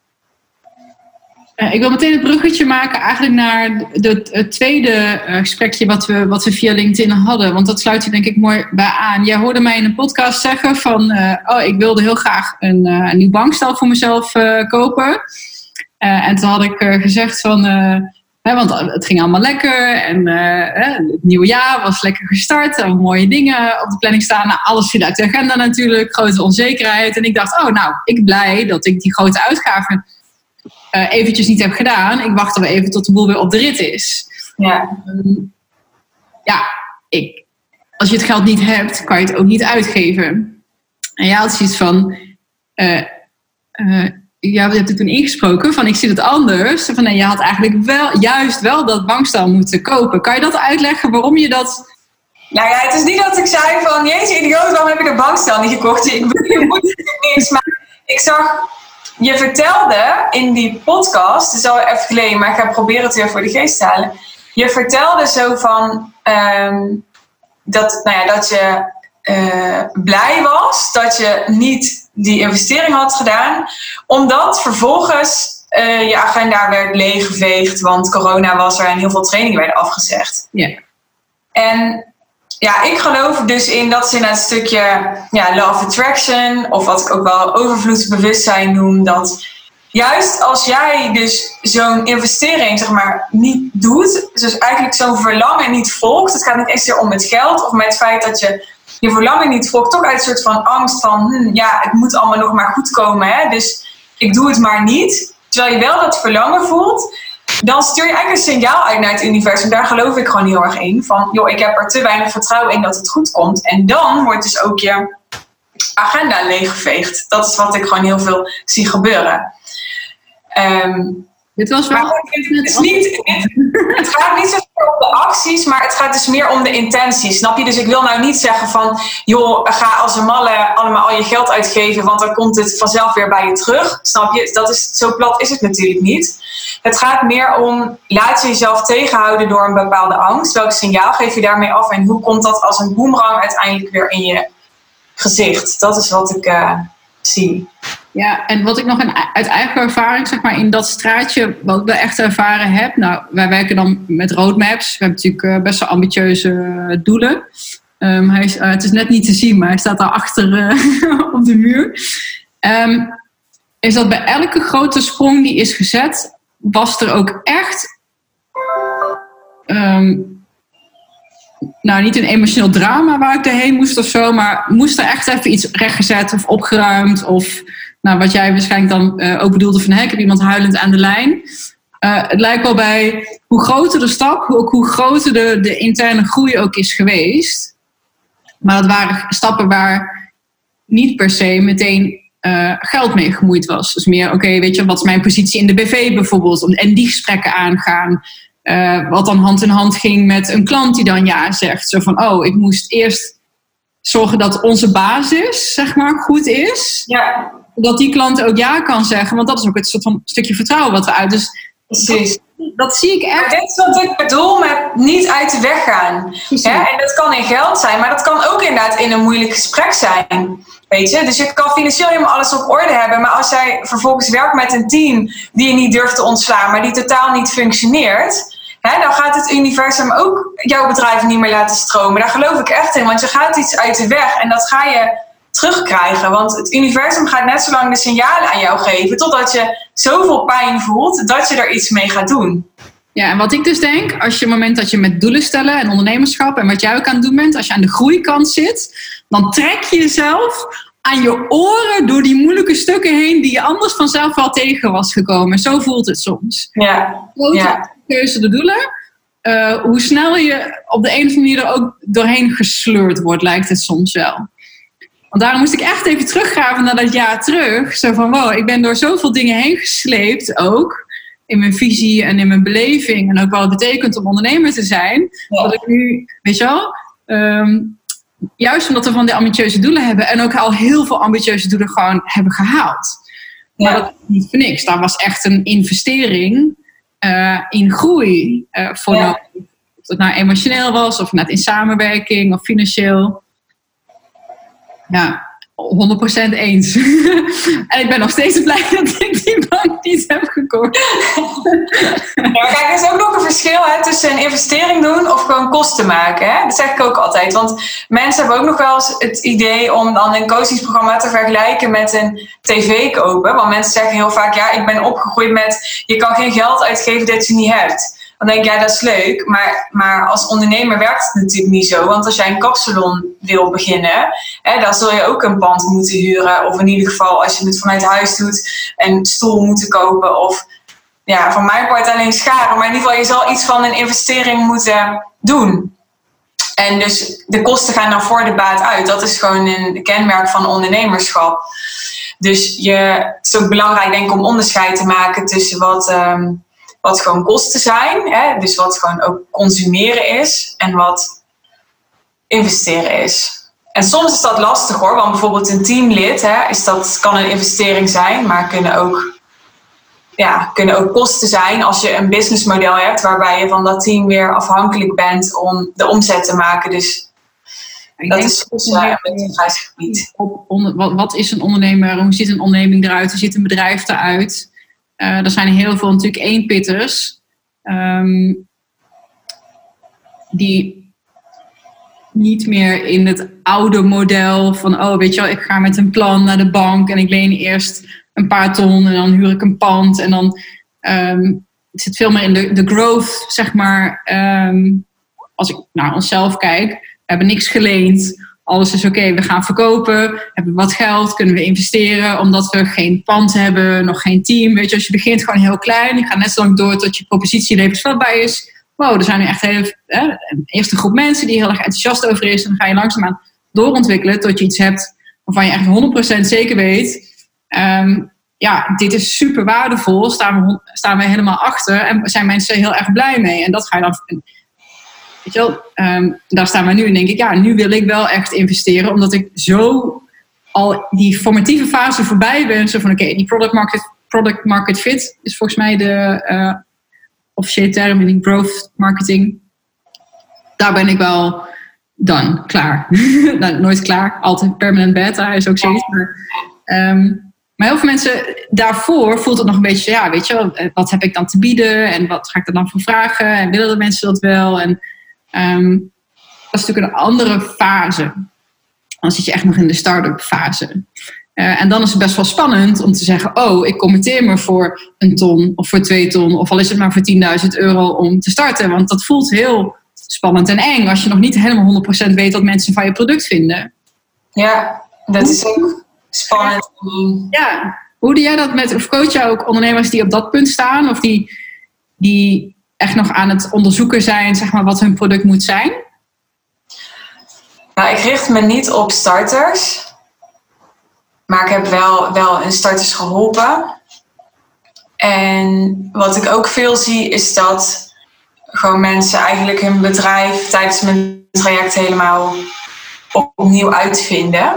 Uh, ik wil meteen het bruggetje maken eigenlijk naar de, het tweede uh, gesprekje wat we, wat we via LinkedIn hadden. Want dat sluit hier denk ik mooi bij aan. Jij hoorde mij in een podcast zeggen van, uh, oh, ik wilde heel graag een, uh, een nieuw bankstel voor mezelf uh, kopen. Uh, en toen had ik uh, gezegd van, uh, hè, want het ging allemaal lekker. En uh, het nieuwe jaar was lekker gestart. En mooie dingen op de planning staan. Nou, alles viel uit de agenda natuurlijk. Grote onzekerheid. En ik dacht, oh nou, ik ben blij dat ik die grote uitgaven Uh, eventjes niet heb gedaan. Ik wacht er wel even tot de boel weer op de rit is. Ja, um, ja ik, als je het geld niet hebt, kan je het ook niet uitgeven. En jij had zoiets van... Uh, uh, ja, je hebt het toen ingesproken van ik zie het anders. Van, nee, je had eigenlijk wel, juist wel dat bankstel moeten kopen. Kan je dat uitleggen waarom je dat... Nou ja, het is niet dat ik zei van... Jezus, idioot, waarom heb ik een bankstel niet gekocht? Ik moet het niet, maar ik zag... Je vertelde in die podcast, het is al even geleden, maar ik ga proberen het weer voor de geest te halen. Je vertelde zo van um, dat, nou ja, dat je uh, blij was dat je niet die investering had gedaan, omdat vervolgens uh, je agenda werd leeggeveegd, want corona was er en heel veel trainingen werden afgezegd. Ja. Yeah. En ja, ik geloof dus in dat zin het stukje ja, law of attraction, of wat ik ook wel overvloedsbewustzijn noem, dat juist als jij dus zo'n investering zeg maar niet doet, dus eigenlijk zo'n verlangen niet volgt, het gaat niet eens om het geld of met het feit dat je je verlangen niet volgt, toch uit een soort van angst van, hm, ja, het moet allemaal nog maar goed komen, hè, dus ik doe het maar niet, terwijl je wel dat verlangen voelt. Dan stuur je eigenlijk een signaal uit naar het universum. Daar geloof ik gewoon heel erg in. Van, joh, ik heb er te weinig vertrouwen in dat het goed komt. En dan wordt dus ook je agenda leeggeveegd. Dat is wat ik gewoon heel veel zie gebeuren. Um, Dit was wel... Het, is niet, het, het gaat niet zozeer om de acties, maar het gaat dus meer om de intentie, snap je? Dus ik wil nou niet zeggen van, joh, ga als een malle allemaal al je geld uitgeven, want dan komt het vanzelf weer bij je terug, snap je? Dat is, zo plat is het natuurlijk niet. Het gaat meer om, laat je jezelf tegenhouden door een bepaalde angst. Welk signaal geef je daarmee af en hoe komt dat als een boemerang uiteindelijk weer in je gezicht? Dat is wat ik uh, zie. Ja, en wat ik nog in, uit eigen ervaring, zeg maar, in dat straatje, wat ik wel echt ervaren heb. Nou, wij werken dan met roadmaps. We hebben natuurlijk uh, best wel ambitieuze uh, doelen. Um, hij is, uh, het is net niet te zien, maar hij staat daar achter uh, op de muur. Um, is dat bij elke grote sprong die is gezet, was er ook echt, um, nou niet een emotioneel drama waar ik doorheen moest of zo, maar moest er echt even iets rechtgezet of opgeruimd of, nou wat jij waarschijnlijk dan uh, ook bedoelde van, hé, ik heb iemand huilend aan de lijn. Uh, het lijkt wel bij hoe groter de stap, hoe, ook hoe groter de, de interne groei ook is geweest. Maar het waren stappen waar niet per se meteen Uh, geld mee gemoeid was. Dus meer, oké, okay, weet je, wat is mijn positie in de B V bijvoorbeeld? En die gesprekken aangaan. Uh, wat dan hand in hand ging met een klant die dan ja zegt. Zo van, oh, ik moest eerst zorgen dat onze basis, zeg maar, goed is. Ja. Dat die klant ook ja kan zeggen. Want dat is ook het soort van stukje vertrouwen wat eruit. Dus precies. Dat, dat zie ik echt. Dit is wat ik bedoel met niet uit de weg gaan. Ja, en dat kan in geld zijn, maar dat kan ook inderdaad in een moeilijk gesprek zijn. Weet je? Dus je kan financieel helemaal alles op orde hebben, maar als jij vervolgens werkt met een team die je niet durft te ontslaan, maar die totaal niet functioneert, hè, dan gaat het universum ook jouw bedrijf niet meer laten stromen. Daar geloof ik echt in, want je gaat iets uit de weg en dat ga je terugkrijgen. Want het universum gaat net zo lang de signalen aan jou geven, totdat je zoveel pijn voelt dat je er iets mee gaat doen. Ja, en wat ik dus denk, als je op het moment dat je met doelen stellen en ondernemerschap en wat jij ook aan het doen bent, als je aan de groeikant zit, dan trek je jezelf aan je oren door die moeilijke stukken heen die je anders vanzelf wel tegen was gekomen. Zo voelt het soms. Ja. Grote Ja. keuze de doelen, uh, hoe snel je op de een of andere manier er ook doorheen gesleurd wordt, lijkt het soms wel. Want daarom moest ik echt even teruggraven naar dat jaar terug. Zo van, wow, ik ben door zoveel dingen heen gesleept ook. In mijn visie en in mijn beleving. En ook wat het betekent om ondernemer te zijn. Ja. Dat ik nu, weet je wel, um, juist omdat we van die ambitieuze doelen hebben. En ook al heel veel ambitieuze doelen gewoon hebben gehaald. Maar ja. Dat is niet voor niks. Daar was echt een investering uh, in groei uh, voor ja. nodig. Of het nou emotioneel was, of net in samenwerking, of financieel. Ja, honderd procent eens. En ik ben nog steeds blij dat ik die bank niet heb gekocht. Ja, maar kijk, er is ook nog een verschil hè, tussen een investering doen of gewoon kosten maken. Hè? Dat zeg ik ook altijd. Want mensen hebben ook nog wel eens het idee om dan een coachingsprogramma te vergelijken met een tv kopen. Want mensen zeggen heel vaak, ja, ik ben opgegroeid met, je kan geen geld uitgeven dat je niet hebt. Dan denk ik, ja, dat is leuk. Maar, maar als ondernemer werkt het natuurlijk niet zo. Want als jij een kapsalon wil beginnen, hè, dan zul je ook een pand moeten huren. Of in ieder geval, als je het vanuit huis doet, een stoel moeten kopen. Of ja, van mijn part alleen scharen. Maar in ieder geval, je zal iets van een investering moeten doen. En dus de kosten gaan dan voor de baat uit. Dat is gewoon een kenmerk van ondernemerschap. Dus je, het is ook belangrijk, denk ik, om onderscheid te maken tussen wat... Um, Wat gewoon kosten zijn, hè? Dus wat gewoon ook consumeren is en wat investeren is. En soms is dat lastig hoor, want bijvoorbeeld een teamlid, hè, is dat, kan een investering zijn, maar kunnen ook, ja, kunnen ook kosten zijn als je een businessmodel hebt waarbij je van dat team weer afhankelijk bent om de omzet te maken. Dus ik dat is soms uh, het bedrijfsgebied. Wat, wat is een ondernemer? Hoe ziet een onderneming eruit? Hoe ziet een bedrijf eruit? Uh, er zijn heel veel natuurlijk eenpitters um, die niet meer in het oude model van, oh weet je wel, ik ga met een plan naar de bank en ik leen eerst een paar ton en dan huur ik een pand en dan um, het zit veel meer in de, de growth, zeg maar. Um, als ik naar onszelf kijk, we hebben niks geleend. Alles is oké, okay, we gaan verkopen, hebben wat geld, kunnen we investeren, omdat we geen pand hebben, nog geen team. Weet je, als je begint gewoon heel klein, je gaat net zo lang door tot je propositie levensvatbaar is. Wow, er zijn nu echt heel, hè, een eerste groep mensen die heel erg enthousiast over is. En dan ga je langzaamaan doorontwikkelen tot je iets hebt waarvan je echt honderd procent zeker weet. Um, ja, dit is super waardevol, staan we, staan we helemaal achter en zijn mensen heel erg blij mee. En dat ga je dan... weet je wel, um, daar staan we nu en denk ik, ja, nu wil ik wel echt investeren, omdat ik zo al die formatieve fase voorbij ben. Zo van, oké, okay, die product market, product market fit is volgens mij de uh, officiële term in die growth marketing. Daar ben ik wel dan klaar. nou, nooit klaar, altijd permanent beta is ook zoiets. Maar, um, maar heel veel mensen daarvoor voelt het nog een beetje, ja, weet je wel, wat heb ik dan te bieden en wat ga ik er dan voor vragen en willen de mensen dat wel? En um, dat is natuurlijk een andere fase. Dan zit je echt nog in de start-up fase. Uh, en dan is het best wel spannend om te zeggen, oh, ik committeer me voor een ton of voor twee ton of al is het maar voor tienduizend euro om te starten. Want dat voelt heel spannend en eng als je nog niet helemaal honderd procent weet wat mensen van je product vinden. Ja, dat is ook spannend. Ja, hoe doe jij dat met, of coach jij ook ondernemers die op dat punt staan of die, die echt nog aan het onderzoeken zijn, zeg maar, wat hun product moet zijn? Nou, ik richt me niet op starters, maar ik heb wel, wel een starters geholpen. En wat ik ook veel zie is dat gewoon mensen eigenlijk hun bedrijf tijdens mijn traject helemaal opnieuw uitvinden.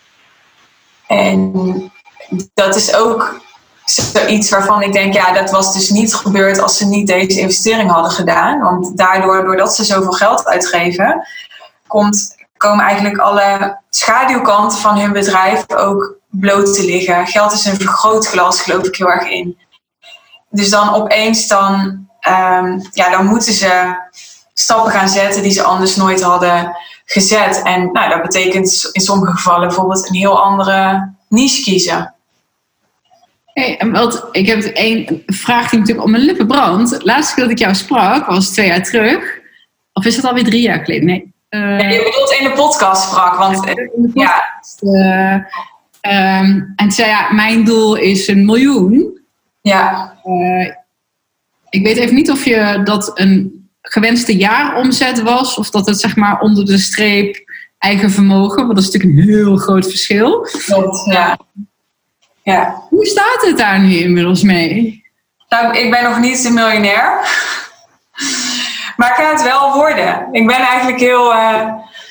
En dat is ook zoiets waarvan ik denk, ja, dat was dus niet gebeurd als ze niet deze investering hadden gedaan. Want daardoor, doordat ze zoveel geld uitgeven, komt, komen eigenlijk alle schaduwkanten van hun bedrijf ook bloot te liggen. Geld is een vergrootglas, geloof ik heel erg in. Dus dan opeens dan... Um, ja, dan moeten ze stappen gaan zetten die ze anders nooit hadden gezet. En nou, dat betekent in sommige gevallen bijvoorbeeld een heel andere niche kiezen. Hey, en wat, ik heb één vraag die natuurlijk op mijn lippen brandt. De laatste keer dat ik jou sprak was twee jaar terug. Of is het alweer drie jaar geleden? Nee. Uh, nee, je bedoelt in de podcast sprak. Want, in de podcast. Ja. Uh, um, en zei ja, mijn doel is een miljoen. Ja. Uh, Ik weet even niet of je dat een gewenste jaaromzet was, of dat het zeg maar onder de streep eigen vermogen, want dat is natuurlijk een heel groot verschil. Klopt, ja. ja. Hoe staat het daar nu inmiddels mee? Nou, ik ben nog niet een miljonair, maar ik ga het wel worden. Ik ben eigenlijk heel, uh,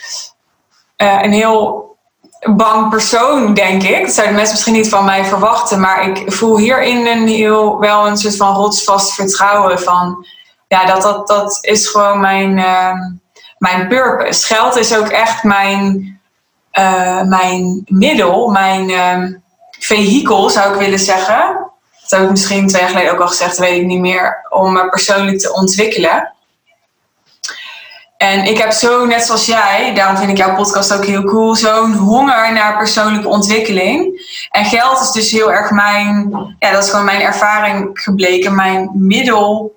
uh, een heel bang persoon, denk ik. Dat zouden mensen misschien niet van mij verwachten, maar ik voel hierin een heel, wel een soort van rotsvast vertrouwen van, ja, dat, dat, dat is gewoon mijn, uh, mijn purpose. Geld is ook echt mijn, uh, mijn middel, mijn uh, vehikel, zou ik willen zeggen. Dat heb ik misschien twee jaar geleden ook al gezegd, weet ik niet meer, om me persoonlijk te ontwikkelen. En ik heb zo, net zoals jij, daarom vind ik jouw podcast ook heel cool, zo'n honger naar persoonlijke ontwikkeling. En geld is dus heel erg mijn, ja, dat is gewoon mijn ervaring gebleken, mijn middel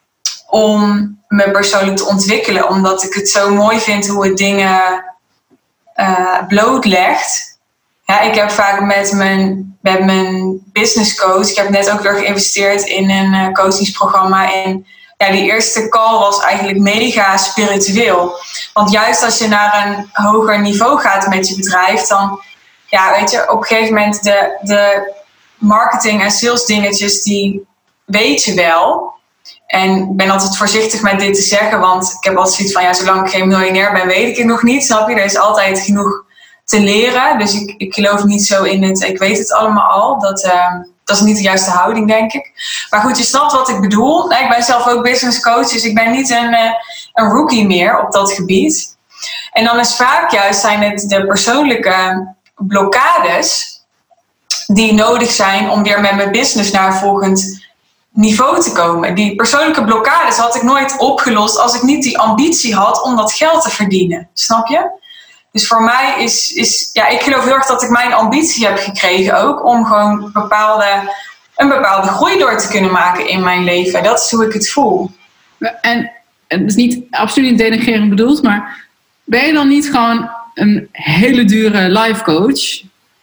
om me persoonlijk te ontwikkelen. Omdat ik het zo mooi vind hoe het dingen uh, blootlegt. Ja, ik heb vaak met mijn, met mijn business coach, ik heb net ook weer geïnvesteerd in een uh, coachingsprogramma in. Ja, die eerste call was eigenlijk mega spiritueel. Want juist als je naar een hoger niveau gaat met je bedrijf, dan, ja, weet je, op een gegeven moment de, de marketing en sales dingetjes, die weet je wel. En ik ben altijd voorzichtig met dit te zeggen, want ik heb altijd zoiets van, ja, zolang ik geen miljonair ben, weet ik het nog niet, snap je? Er is altijd genoeg te leren. Dus ik, ik geloof niet zo in het, ik weet het allemaal al, dat... Uh, Dat is niet de juiste houding, denk ik. Maar goed, je snapt wat ik bedoel. Ik ben zelf ook business coach, dus ik ben niet een, een rookie meer op dat gebied. En dan is vaak juist zijn het de persoonlijke blokkades die nodig zijn om weer met mijn business naar een volgend niveau te komen. Die persoonlijke blokkades had ik nooit opgelost als ik niet die ambitie had om dat geld te verdienen. Snap je? Dus voor mij is, is, ja, ik geloof heel erg dat ik mijn ambitie heb gekregen ook om gewoon bepaalde, een bepaalde groei door te kunnen maken in mijn leven. Dat is hoe ik het voel. En het is niet, absoluut niet denigrerend bedoeld, maar ben je dan niet gewoon een hele dure life coach?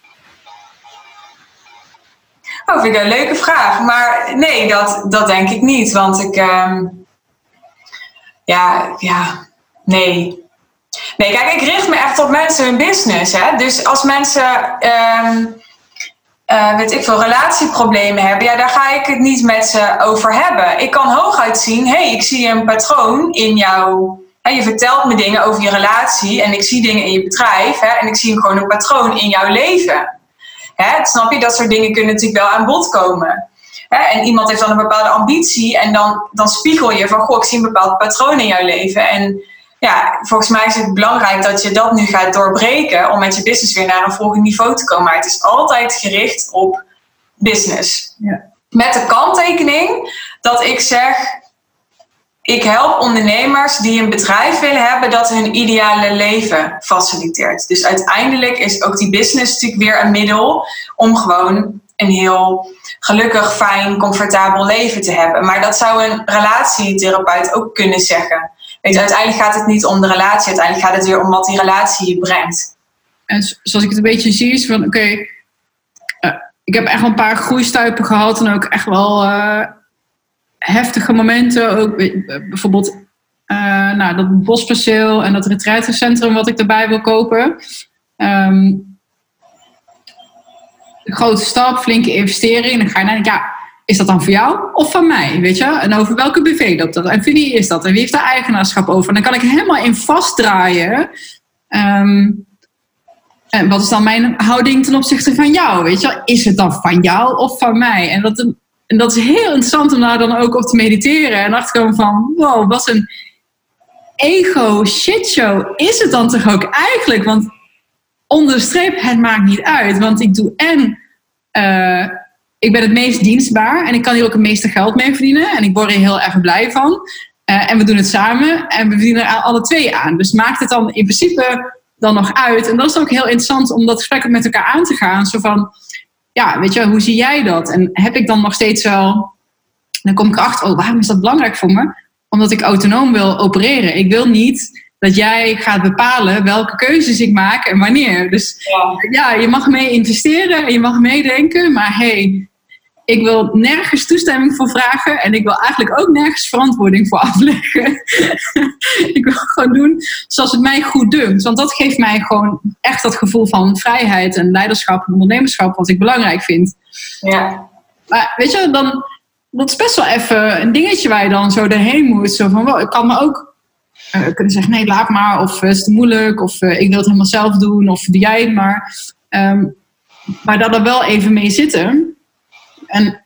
Oh, vind ik een leuke vraag. Maar nee, dat, dat denk ik niet. Want ik, um, ja, ja, nee... Nee, kijk, ik richt me echt op mensen hun business. Hè? Dus als mensen, um, uh, weet ik veel, relatieproblemen hebben, ja, daar ga ik het niet met ze over hebben. Ik kan hooguit zien, hé, hey, ik zie een patroon in jouw hè, je vertelt me dingen over je relatie en ik zie dingen in je bedrijf, hè, en ik zie gewoon een patroon in jouw leven. Hè, snap je? Dat soort dingen kunnen natuurlijk wel aan bod komen. Hè, en iemand heeft dan een bepaalde ambitie en dan, dan spiegel je van, goh, ik zie een bepaald patroon in jouw leven. En ja, volgens mij is het belangrijk dat je dat nu gaat doorbreken om met je business weer naar een volgend niveau te komen. Maar het is altijd gericht op business. Ja. Met de kanttekening dat ik zeg, ik help ondernemers die een bedrijf willen hebben dat hun ideale leven faciliteert. Dus uiteindelijk is ook die business natuurlijk weer een middel om gewoon een heel gelukkig, fijn, comfortabel leven te hebben. Maar dat zou een relatietherapeut ook kunnen zeggen. Weet je, uiteindelijk gaat het niet om de relatie. Uiteindelijk gaat het weer om wat die relatie je brengt. En zoals ik het een beetje zie is van, oké, okay, uh, ik heb echt wel een paar groeistuipen gehad en ook echt wel uh, heftige momenten. Ook uh, bijvoorbeeld uh, nou, dat bosperceel en dat retraitecentrum wat ik erbij wil kopen. Um, een grote stap, flinke investering. Dan ga je naar, ja, is dat dan voor jou of van mij, weet je? En over welke B V loopt dat? En voor wie is dat? En wie heeft daar eigenaarschap over? En dan kan ik helemaal in vastdraaien. Um, en wat is dan mijn houding ten opzichte van jou, weet je? Is het dan van jou of van mij? En dat, en dat is heel interessant om daar dan ook op te mediteren. En achter te komen van, wow, wat een ego shitshow is het dan toch ook eigenlijk? Want onder de streep, het maakt niet uit. Want ik doe en... Uh, ik ben het meest dienstbaar en ik kan hier ook het meeste geld mee verdienen. En ik word er heel erg blij van. Uh, en we doen het samen en we verdienen er alle twee aan. Dus maakt het dan in principe dan nog uit. En dat is ook heel interessant om dat gesprek met elkaar aan te gaan. Zo van, ja, weet je, hoe zie jij dat? En heb ik dan nog steeds wel... Dan kom ik erachter, oh, waarom is dat belangrijk voor me? Omdat ik autonoom wil opereren. Ik wil niet dat jij gaat bepalen welke keuzes ik maak en wanneer. Dus ja, ja je mag mee investeren en je mag meedenken. Maar hey, ik wil nergens toestemming voor vragen. En ik wil eigenlijk ook nergens verantwoording voor afleggen. Ik wil gewoon doen zoals het mij goed dunkt. Want dat geeft mij gewoon echt dat gevoel van vrijheid en leiderschap en ondernemerschap. Wat ik belangrijk vind. Ja. Maar weet je, dan, dat is best wel even een dingetje waar je dan zo doorheen moet. Zo van, wow, ik kan me ook uh, kunnen zeggen, nee, laat maar. Of uh, is te moeilijk. Of uh, ik wil het helemaal zelf doen. Of doe jij het maar. Um, maar dat er wel even mee zitten. En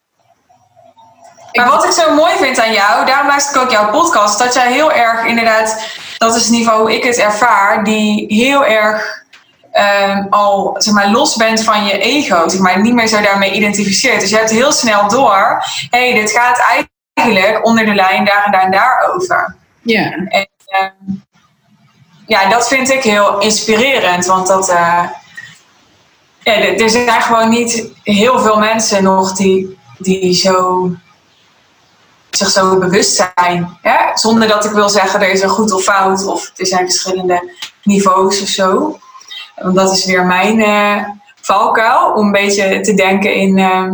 maar wat ik zo mooi vind aan jou, daarom luister ik ook jouw podcast, dat jij heel erg inderdaad, dat is in ieder geval hoe ik het ervaar, die heel erg um, al zeg maar, los bent van je ego, zeg maar, niet meer zo daarmee identificeert. Dus je hebt heel snel door, hé, hey, dit gaat eigenlijk onder de lijn daar en daar en daar over. Ja. Yeah. En um, ja, dat vind ik heel inspirerend, want dat... Uh, Ja, er zijn gewoon niet heel veel mensen nog die, die zo, zich zo bewust zijn. Hè? Zonder dat ik wil zeggen, er is een goed of fout. Of er zijn verschillende niveaus of zo. Want dat is weer mijn uh, valkuil. Om een beetje te denken in uh,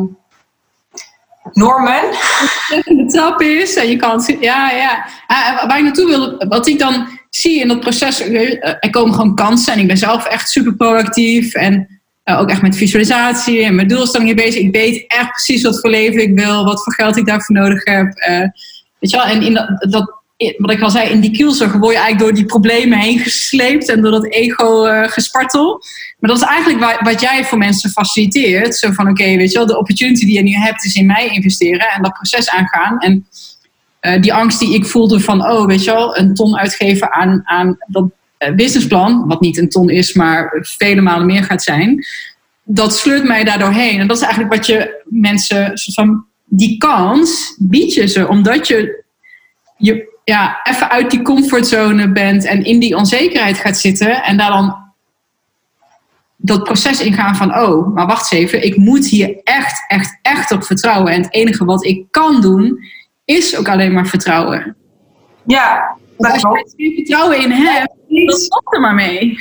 normen. De trap is. En je kan, ja, ja. Uh, waar ik naartoe wil, wat ik dan zie in dat proces. Uh, er komen gewoon kansen. En ik ben zelf echt super proactief. En... Uh, ook echt met visualisatie en met doelstellingen bezig. Ik weet echt precies wat voor leven ik wil, wat voor geld ik daarvoor nodig heb. Uh, weet je wel? En in dat, dat, wat ik al zei, in die kielzorg word je eigenlijk door die problemen heen gesleept en door dat ego uh, gespartel. Maar dat is eigenlijk wat, wat jij voor mensen faciliteert. Zo van, oké, okay, weet je wel, de opportunity die je nu hebt is in mij investeren en dat proces aangaan. En uh, die angst die ik voelde van, oh, weet je wel, een ton uitgeven aan, aan dat businessplan, wat niet een ton is, maar vele malen meer gaat zijn, dat sleurt mij daar doorheen. En dat is eigenlijk wat je mensen, soort van, die kans bied je ze, omdat je, je ja, even uit die comfortzone bent en in die onzekerheid gaat zitten en daar dan dat proces ingaan van, oh, maar wacht eens even, ik moet hier echt, echt, echt op vertrouwen. En het enige wat ik kan doen, is ook alleen maar vertrouwen. Ja, want als je er geen vertrouwen in hebt, dan stop er maar mee.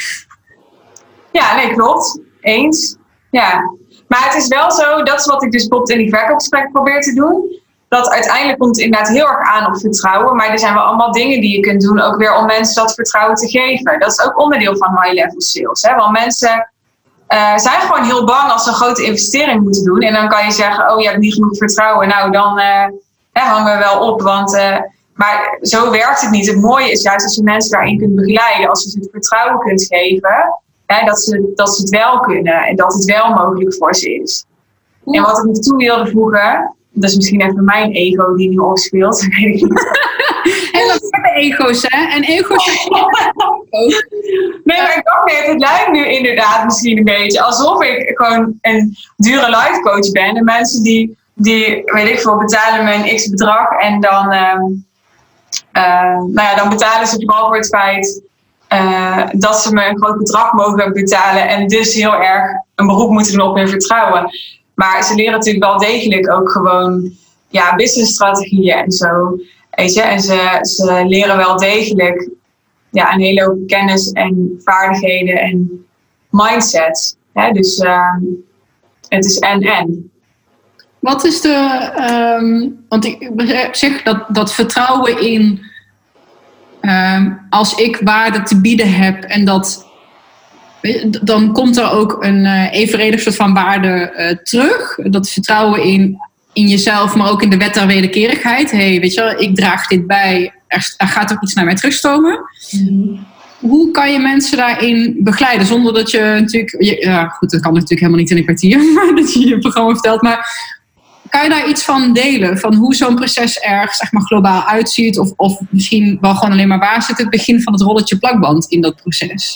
Ja, nee, klopt. Eens. Ja. Maar het is wel zo, dat is wat ik dus bijvoorbeeld in die verkoopgesprek probeer te doen. Dat uiteindelijk komt het inderdaad heel erg aan op vertrouwen. Maar er zijn wel allemaal dingen die je kunt doen ook weer om mensen dat vertrouwen te geven. Dat is ook onderdeel van high-level sales. Hè? Want mensen uh, zijn gewoon heel bang als ze een grote investering moeten doen. En dan kan je zeggen, oh, je hebt niet genoeg vertrouwen. Nou, dan uh, hè, hangen we wel op, want... Uh, Maar zo werkt het niet. Het mooie is juist als je mensen daarin kunt begeleiden, als je ze het vertrouwen kunt geven, hè, dat, ze, dat ze het wel kunnen en dat het wel mogelijk voor ze is. En wat ik nog toe wilde voegen, dat is misschien even mijn ego die nu opspeelt, weet ik niet. En dat hebben ego's, hè? En ego's zijn ego's. Nee, maar ik dacht net, het lijkt nu inderdaad misschien een beetje alsof ik gewoon een dure life coach ben. En mensen die, die weet ik veel, betalen me een x bedrag en dan, uh, uh, nou ja, dan betalen ze vooral voor het feit uh, dat ze me een groot bedrag mogen betalen en dus heel erg een beroep moeten doen op hun vertrouwen. Maar ze leren natuurlijk wel degelijk ook gewoon ja, businessstrategieën en zo. Weet je? En ze, ze leren wel degelijk ja, een hele hoop kennis en vaardigheden en mindsets. Hè? Dus uh, het is en-en. Wat is de... Um, want ik zeg dat, dat vertrouwen in... Um, als ik waarde te bieden heb en dat... dan komt er ook een uh, evenredig soort van waarde uh, terug. Dat vertrouwen in, in jezelf, maar ook in de wet der wederkerigheid. Hey, weet je wel, ik draag dit bij. Er, er gaat ook iets naar mij terugstomen. Mm-hmm. Hoe kan je mensen daarin begeleiden? Zonder dat je natuurlijk... Je, ja, goed, dat kan natuurlijk helemaal niet in een kwartier. Maar dat je je programma vertelt. Maar kan je daar iets van delen? Van hoe zo'n proces er zeg maar, globaal uitziet? Of, of misschien wel gewoon alleen maar waar zit het begin van het rolletje plakband in dat proces?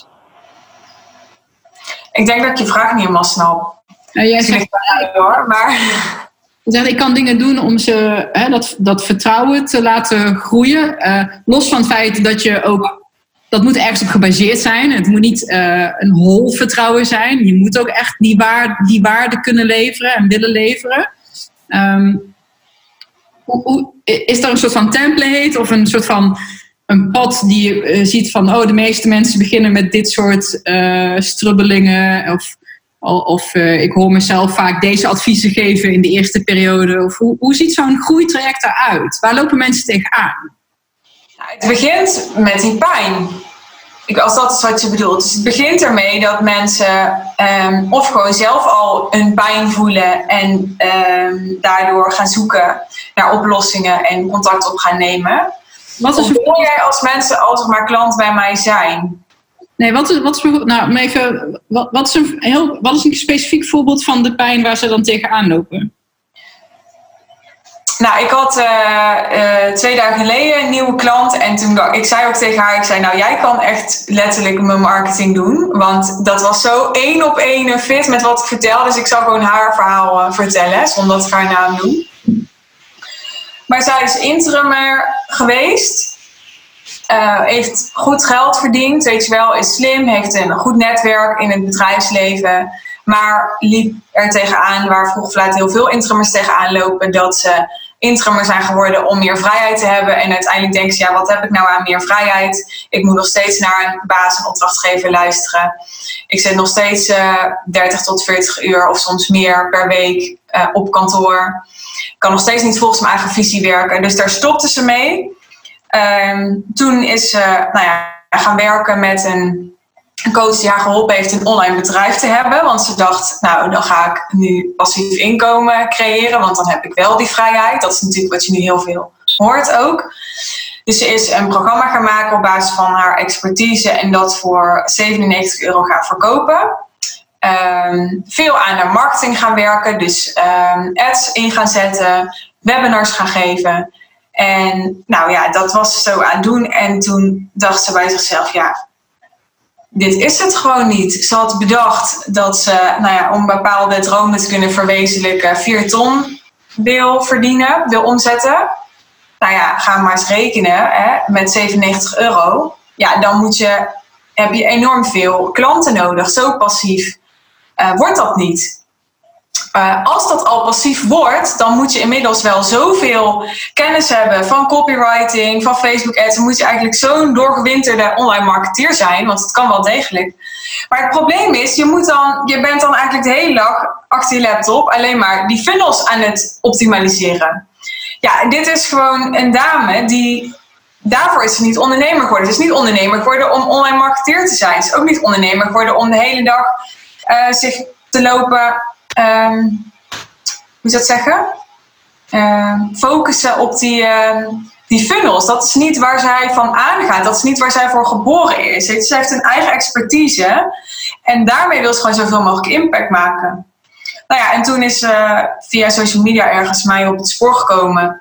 Ik denk dat ik je vraag niet helemaal snap. Uh, jij zegt, hoor, maar... ik kan dingen doen om ze, hè, dat, dat vertrouwen te laten groeien. Uh, los van het feit dat je ook... Dat moet ergens op gebaseerd zijn. Het moet niet uh, een hol vertrouwen zijn. Je moet ook echt die waarde, die waarde kunnen leveren en willen leveren. Um, hoe, hoe, is er een soort van template of een soort van... een pad die je uh, ziet van... oh, de meeste mensen beginnen met dit soort uh, strubbelingen. Of, of uh, ik hoor mezelf vaak deze adviezen geven in de eerste periode. Of hoe, hoe ziet zo'n groeitraject eruit? Waar lopen mensen tegenaan? Nou, het begint met die pijn. Ik, als dat is wat je bedoelt. Dus het begint ermee dat mensen... Um, of gewoon zelf al een pijn voelen... en um, daardoor gaan zoeken naar oplossingen... en contact op gaan nemen... Wat is wil jij als mensen als maar klant bij mij zijn? Nee, wat is, wat is, nou, maar even, wat, wat, is een heel, wat is een specifiek voorbeeld van de pijn waar ze dan tegenaan lopen? Nou, ik had uh, uh, twee dagen geleden een nieuwe klant. En toen ik zei ook tegen haar, ik zei nou jij kan echt letterlijk mijn marketing doen. Want dat was zo één op één fit met wat ik vertel. Dus ik zal gewoon haar verhaal uh, vertellen, zonder dat ik haar naam noem. Maar zij is interimmer geweest. Uh, heeft goed geld verdiend, weet je wel, is slim, heeft een goed netwerk in het bedrijfsleven. Maar liep er tegenaan, waar vroeg of laat heel veel interimmers tegenaan lopen, dat ze interimmer zijn geworden om meer vrijheid te hebben. En uiteindelijk denken ze, ja, wat heb ik nou aan meer vrijheid? Ik moet nog steeds naar een baas en opdrachtgever luisteren. Ik zit nog steeds uh, dertig tot veertig uur of soms meer per week uh, op kantoor. Ik kan nog steeds niet volgens mijn eigen visie werken. Dus daar stopte ze mee. Um, toen is ze uh, nou ja, gaan werken met een coach die haar geholpen heeft een online bedrijf te hebben. Want ze dacht, nou dan ga ik nu passief inkomen creëren. Want dan heb ik wel die vrijheid. Dat is natuurlijk wat je nu heel veel hoort ook. Dus ze is een programma gaan maken op basis van haar expertise. En dat voor zevenennegentig euro gaan verkopen. Um, veel aan haar marketing gaan werken. Dus um, ads in gaan zetten. Webinars gaan geven. En nou ja, dat was ze zo aan het doen. En toen dacht ze bij zichzelf, ja, dit is het gewoon niet. Ze had bedacht dat ze, nou ja, om bepaalde dromen te kunnen verwezenlijken, vier ton wil verdienen, wil omzetten. Nou ja, ga maar eens rekenen, hè, met zevenennegentig euro. Ja, dan moet je, heb je enorm veel klanten nodig. Zo passief uh, wordt dat niet. Uh, als dat al passief wordt, dan moet je inmiddels wel zoveel kennis hebben van copywriting, van Facebook ads. Dan moet je eigenlijk zo'n doorgewinterde online marketeer zijn, want het kan wel degelijk. Maar het probleem is, je, moet dan, je bent dan eigenlijk de hele dag achter je laptop alleen maar die funnels aan het optimaliseren. Ja, en dit is gewoon een dame die... Daarvoor is ze niet ondernemer geworden. Ze is niet ondernemer geworden om online marketeer te zijn. Ze is ook niet ondernemer geworden om de hele dag uh, zich te lopen... Um, hoe zou ik dat zeggen? Uh, focussen op die, uh, die funnels, dat is niet waar zij van aangaat. Dat is niet waar zij voor geboren is. Ze heeft een eigen expertise. En daarmee wil ze gewoon zoveel mogelijk impact maken. Nou ja, en toen is uh, via social media ergens mij op het spoor gekomen.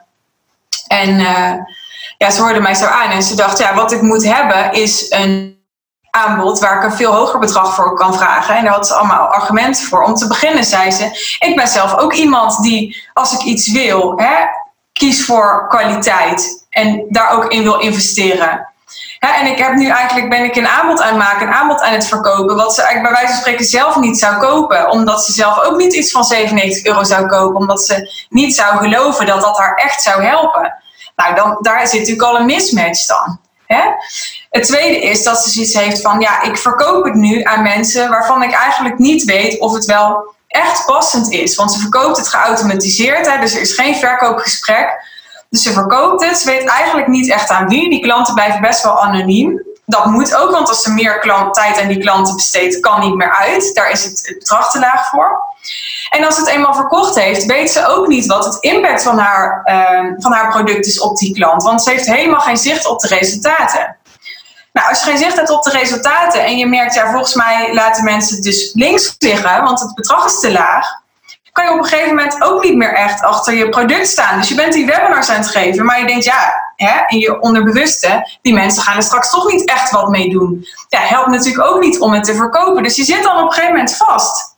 En uh, ja, ze hoorde mij zo aan. En ze dacht, ja, wat ik moet hebben is een aanbod waar ik een veel hoger bedrag voor kan vragen. En daar had ze allemaal argumenten voor. Om te beginnen zei ze, ik ben zelf ook iemand die, als ik iets wil, hè, kies voor kwaliteit. En daar ook in wil investeren. Hè, en ik heb nu eigenlijk, ben ik een aanbod aan het maken, een aanbod aan het verkopen, wat ze eigenlijk bij wijze van spreken zelf niet zou kopen. Omdat ze zelf ook niet iets van zevenennegentig euro zou kopen. Omdat ze niet zou geloven dat dat haar echt zou helpen. Nou, dan, daar zit natuurlijk al een mismatch dan. Hè? Het tweede is dat ze zoiets heeft van, ja, ik verkoop het nu aan mensen waarvan ik eigenlijk niet weet of het wel echt passend is. Want ze verkoopt het geautomatiseerd, hè, dus er is geen verkoopgesprek. Dus ze verkoopt het, ze weet eigenlijk niet echt aan wie. Die klanten blijven best wel anoniem. Dat moet ook, want als ze meer klant, tijd aan die klanten besteedt, kan niet meer uit. Daar is het, het bedrag te laag voor. En als het eenmaal verkocht heeft, weet ze ook niet wat het impact van haar, uh, van haar product is op die klant. Want ze heeft helemaal geen zicht op de resultaten. Nou, als je geen zicht hebt op de resultaten en je merkt, ja, volgens mij laten mensen het dus links liggen, want het bedrag is te laag, kan je op een gegeven moment ook niet meer echt achter je product staan. Dus je bent die webinars aan het geven, maar je denkt, ja, hè, in je onderbewuste, die mensen gaan er straks toch niet echt wat mee doen. Ja, helpt natuurlijk ook niet om het te verkopen. Dus je zit dan op een gegeven moment vast.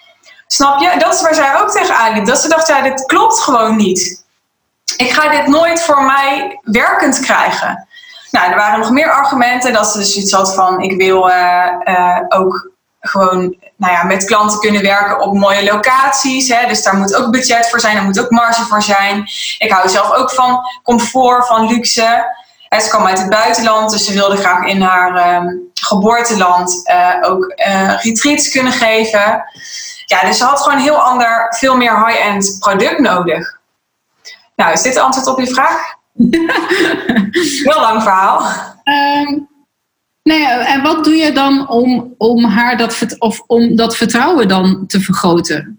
Snap je? Dat is waar zij ook tegenaan liep. Dat ze dacht, ja, dit klopt gewoon niet. Ik ga dit nooit voor mij werkend krijgen. Nou, er waren nog meer argumenten. Dat ze dus iets had van, ik wil uh, uh, ook gewoon nou ja, met klanten kunnen werken op mooie locaties. Hè? Dus daar moet ook budget voor zijn, daar moet ook marge voor zijn. Ik hou zelf ook van comfort, van luxe. Hè, ze kwam uit het buitenland, dus ze wilde graag in haar um, geboorteland uh, ook uh, retreats kunnen geven. Ja, dus ze had gewoon een heel ander, veel meer high-end product nodig. Nou, is dit het antwoord op je vraag? Heel lang verhaal. Um, nee, en wat doe je dan om, om haar dat, of om dat vertrouwen dan te vergroten?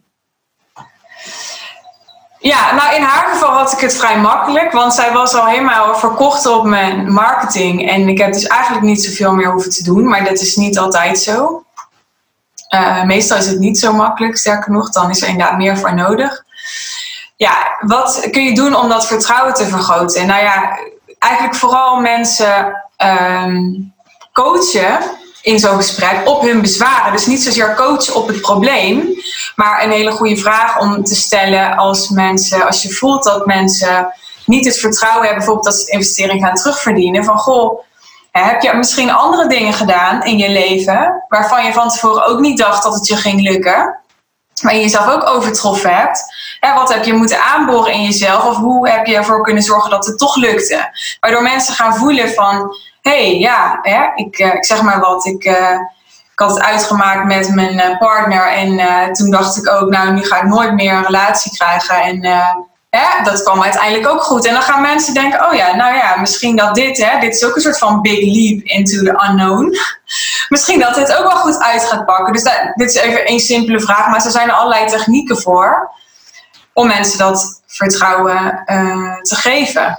Ja, nou in haar geval had ik het vrij makkelijk, want zij was al helemaal verkocht op mijn marketing. En ik heb dus eigenlijk niet zoveel meer hoeven te doen, maar dat is niet altijd zo. Uh, meestal is het niet zo makkelijk, sterker nog, dan is er inderdaad meer voor nodig. Ja, wat kun je doen om dat vertrouwen te vergroten? Nou ja, eigenlijk vooral mensen um, coachen in zo'n gesprek op hun bezwaren. Dus niet zozeer coachen op het probleem, maar een hele goede vraag om te stellen als mensen, als je voelt dat mensen niet het vertrouwen hebben, bijvoorbeeld dat ze de investering gaan terugverdienen, van goh, heb je misschien andere dingen gedaan in je leven waarvan je van tevoren ook niet dacht dat het je ging lukken, waar je jezelf ook overtroffen hebt? Hè, wat heb je moeten aanboren in jezelf? Of hoe heb je ervoor kunnen zorgen dat het toch lukte? Waardoor mensen gaan voelen van, hé, hey, ja, hè, ik, uh, ik zeg maar wat, ik, uh, ik had het uitgemaakt met mijn uh, partner en uh, toen dacht ik ook, nou, nu ga ik nooit meer een relatie krijgen en uh, hè, dat kwam uiteindelijk ook goed. En dan gaan mensen denken, oh ja, nou ja, misschien dat dit, hè, dit is ook een soort van big leap into the unknown. Misschien dat dit ook wel goed uit gaat pakken. Dus dat, dit is even één simpele vraag, maar er zijn er allerlei technieken voor om mensen dat vertrouwen uh, te geven.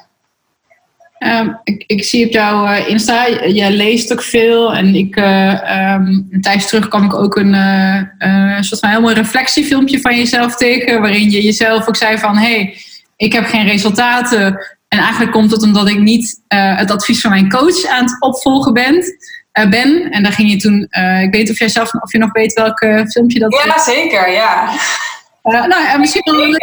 Um, ik, ik zie op jouw uh, Insta, jij leest ook veel. En ik, uh, um, een tijdje terug kwam ik ook een uh, uh, soort van heel mooi reflectiefilmpje van jezelf tegen. Waarin je jezelf ook zei van, hé, hey, ik heb geen resultaten. En eigenlijk komt het omdat ik niet uh, het advies van mijn coach aan het opvolgen ben. Uh, ben. En daar ging je toen, uh, ik weet niet of jij zelf of je nog weet welk uh, filmpje dat is. Ja, zeker, ja. Uh, nou ja, misschien wel een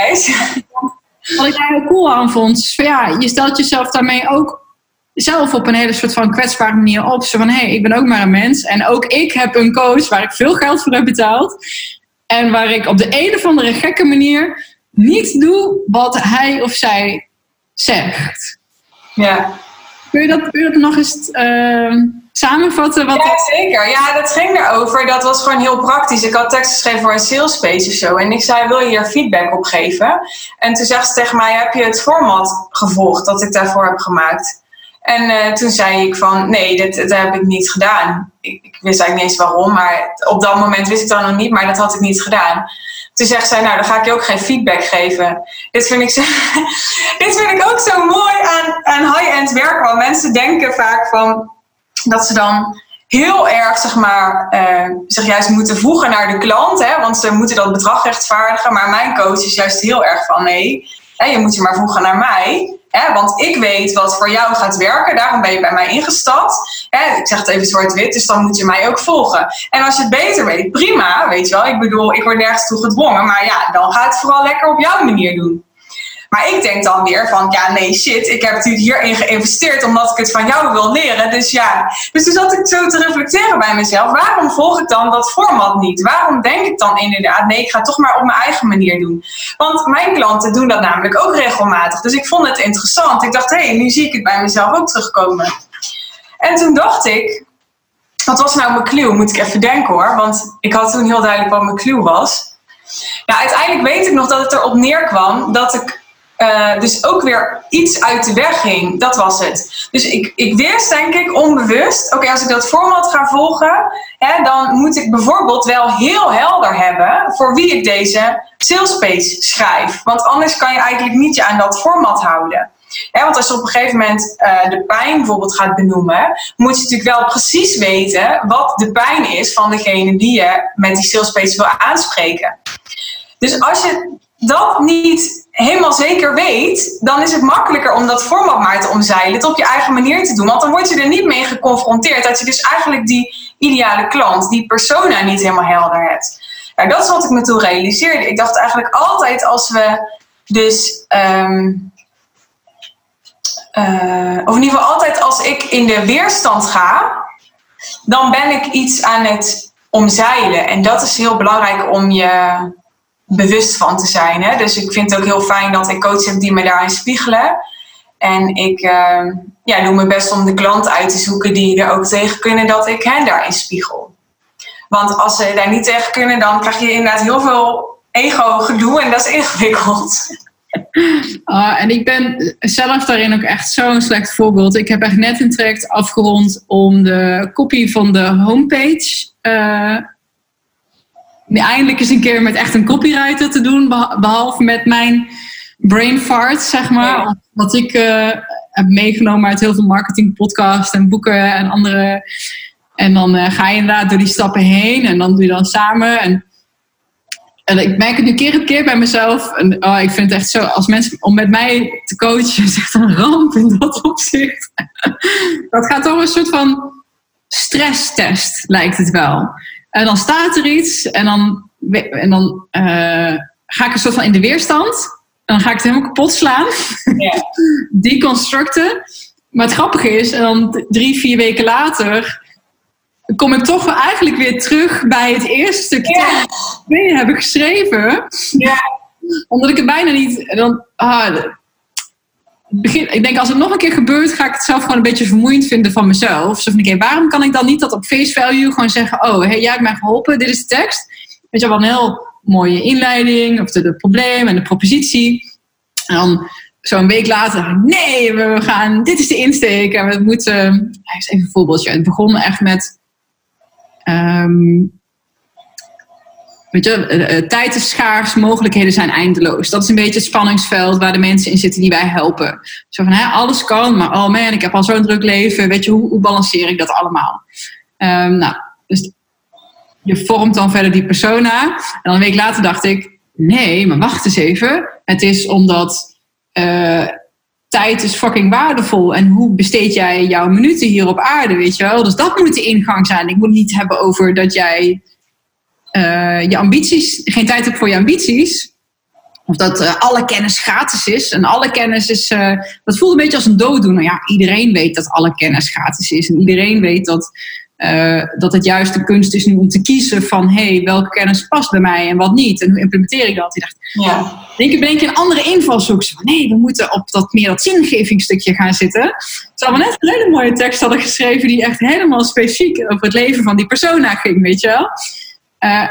wat ik daar heel cool aan vond. Ja, je stelt jezelf daarmee ook zelf op een hele soort van kwetsbare manier op. Zo van, hé, hey, ik ben ook maar een mens. En ook ik heb een coach waar ik veel geld voor heb betaald. En waar ik op de een of andere gekke manier niet doe wat hij of zij zegt. Ja. Kun je dat, kun je dat nog eens uh, samenvatten? Wat ja, zeker. Ja, dat ging erover. Dat was gewoon heel praktisch. Ik had tekst geschreven voor een sales page of zo. En ik zei, wil je hier feedback op geven? En toen zegt ze tegen mij, heb je het format gevolgd dat ik daarvoor heb gemaakt? En uh, toen zei ik van, nee, dat, dat heb ik niet gedaan. Ik, ik wist eigenlijk niet eens waarom, maar op dat moment wist ik dat nog niet, maar dat had ik niet gedaan. Toen zegt zij, nou dan ga ik je ook geen feedback geven. Dit vind ik, zo, dit vind ik ook zo mooi aan, aan high-end werken. Want mensen denken vaak van dat ze dan heel erg zeg maar, uh, zich juist moeten voegen naar de klant. Hè, want ze moeten dat bedrag rechtvaardigen. Maar mijn coach is juist heel erg van nee, hè, je moet je maar voegen naar mij. Hè, want ik weet wat voor jou gaat werken. Daarom ben je bij mij ingestapt. Hè, ik zeg het even zwart-wit, dus dan moet je mij ook volgen. En als je het beter weet, prima, weet je wel. Ik bedoel, ik word nergens toe gedwongen. Maar ja, dan ga het vooral lekker op jouw manier doen. Maar ik denk dan weer van, ja nee shit, ik heb natuurlijk hierin geïnvesteerd omdat ik het van jou wil leren. Dus ja, dus toen zat ik zo te reflecteren bij mezelf. Waarom volg ik dan dat format niet? Waarom denk ik dan inderdaad, nee ik ga het toch maar op mijn eigen manier doen? Want mijn klanten doen dat namelijk ook regelmatig. Dus ik vond het interessant. Ik dacht, hé, hey, nu zie ik het bij mezelf ook terugkomen. En toen dacht ik, wat was nou mijn clue? Moet ik even denken hoor, want ik had toen heel duidelijk wat mijn clue was. Nou, uiteindelijk weet ik nog dat het erop neerkwam dat ik Uh, dus ook weer iets uit de weg ging. Dat was het. Dus ik, ik wist denk ik onbewust, oké, okay, als ik dat format ga volgen, hè, dan moet ik bijvoorbeeld wel heel helder hebben voor wie ik deze salespage schrijf. Want anders kan je eigenlijk niet je aan dat format houden. Hè, want als je op een gegeven moment uh, de pijn bijvoorbeeld gaat benoemen, moet je natuurlijk wel precies weten wat de pijn is van degene die je met die salespage wil aanspreken. Dus als je dat niet helemaal zeker weet, dan is het makkelijker om dat format maar te omzeilen, het op je eigen manier te doen. Want dan word je er niet mee geconfronteerd dat je dus eigenlijk die ideale klant, die persona niet helemaal helder hebt. Nou, dat is wat ik me toen realiseerde. Ik dacht eigenlijk altijd als we dus, um, uh, of in ieder geval altijd als ik in de weerstand ga, dan ben ik iets aan het omzeilen. En dat is heel belangrijk om je bewust van te zijn. Hè? Dus ik vind het ook heel fijn dat ik coaches heb die me daarin spiegelen. En ik uh, ja, doe mijn best om de klant uit te zoeken die er ook tegen kunnen dat ik hen daarin spiegel. Want als ze daar niet tegen kunnen, dan krijg je inderdaad heel veel ego-gedoe en dat is ingewikkeld. Uh, en ik ben zelf daarin ook echt zo'n slecht voorbeeld. Ik heb echt net een traject afgerond om de copy van de homepage Uh, eindelijk eens een keer met echt een copywriter te doen, behalve met mijn brain fart, zeg maar. Ja. Wat ik uh, heb meegenomen uit heel veel marketingpodcasts en boeken en andere. En dan uh, ga je inderdaad door die stappen heen en dan doe je dan samen. En, en ik merk het nu keer op keer bij mezelf. En oh, ik vind het echt zo, als mensen om met mij te coachen, is echt een ramp in dat opzicht. Dat gaat toch een soort van stresstest, lijkt het wel. En dan staat er iets en dan, en dan uh, ga ik een soort van in de weerstand. En dan ga ik het helemaal kapot slaan. Yeah. Deconstructen. Maar het grappige is, en dan drie, vier weken later kom ik toch eigenlijk weer terug bij het eerste stukje yeah. tekst dat we hebben geschreven. Yeah. Omdat ik het bijna niet. Dan, ah, begin, ik denk als het nog een keer gebeurt, ga ik het zelf gewoon een beetje vermoeiend vinden van mezelf. Zo van, oké, waarom kan ik dan niet dat op face value gewoon zeggen, oh, hey, jij hebt mij geholpen, dit is de tekst. Weet je wel, een heel mooie inleiding, of het probleem en de propositie. En dan zo'n week later, nee, we gaan, dit is de insteek. En we moeten, even een voorbeeldje. Het begon echt met, um, weet je, tijd is schaars, mogelijkheden zijn eindeloos. Dat is een beetje het spanningsveld waar de mensen in zitten die wij helpen. Zo van, hè, alles kan, maar oh man, ik heb al zo'n druk leven. Weet je, hoe, hoe balanceer ik dat allemaal? Um, nou, dus je vormt dan verder die persona. En dan een week later dacht ik, nee, maar wacht eens even. Het is omdat uh, tijd is fucking waardevol. En hoe besteed jij jouw minuten hier op aarde, weet je wel? Dus dat moet de ingang zijn. Ik moet het niet hebben over dat jij Uh, je ambities, geen tijd hebt voor je ambities. Of dat uh, alle kennis gratis is. En alle kennis is, uh, dat voelt een beetje als een dooddoener. Ja, iedereen weet dat alle kennis gratis is. En iedereen weet dat, uh, dat het juist de kunst is nu om te kiezen van, hé, hey, welke kennis past bij mij en wat niet. En hoe implementeer ik dat? Ik dacht, ja. denk ik, denk je een andere invalshoek. Van, nee, we moeten op dat meer dat zingevingsstukje gaan zitten. Terwijl we net een hele mooie tekst hadden geschreven die echt helemaal specifiek over het leven van die persona ging, weet je wel. Uh,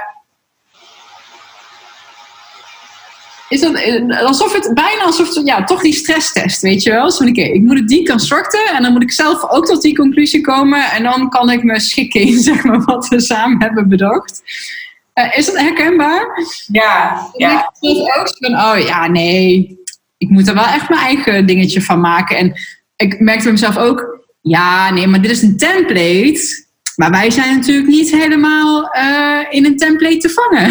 is dat alsof het bijna alsof het, ja, toch die stresstest, weet je wel? Zo van, oké, okay, ik moet het deconstructen en dan moet ik zelf ook tot die conclusie komen en dan kan ik me schikken in, zeg maar, wat we samen hebben bedacht. Uh, is dat herkenbaar? Ja, ja. Ik denk ook van, oh ja, nee, ik moet er wel echt mijn eigen dingetje van maken. En ik merkte bij mezelf ook, ja, nee, maar dit is een template. Maar wij zijn natuurlijk niet helemaal uh, in een template te vangen.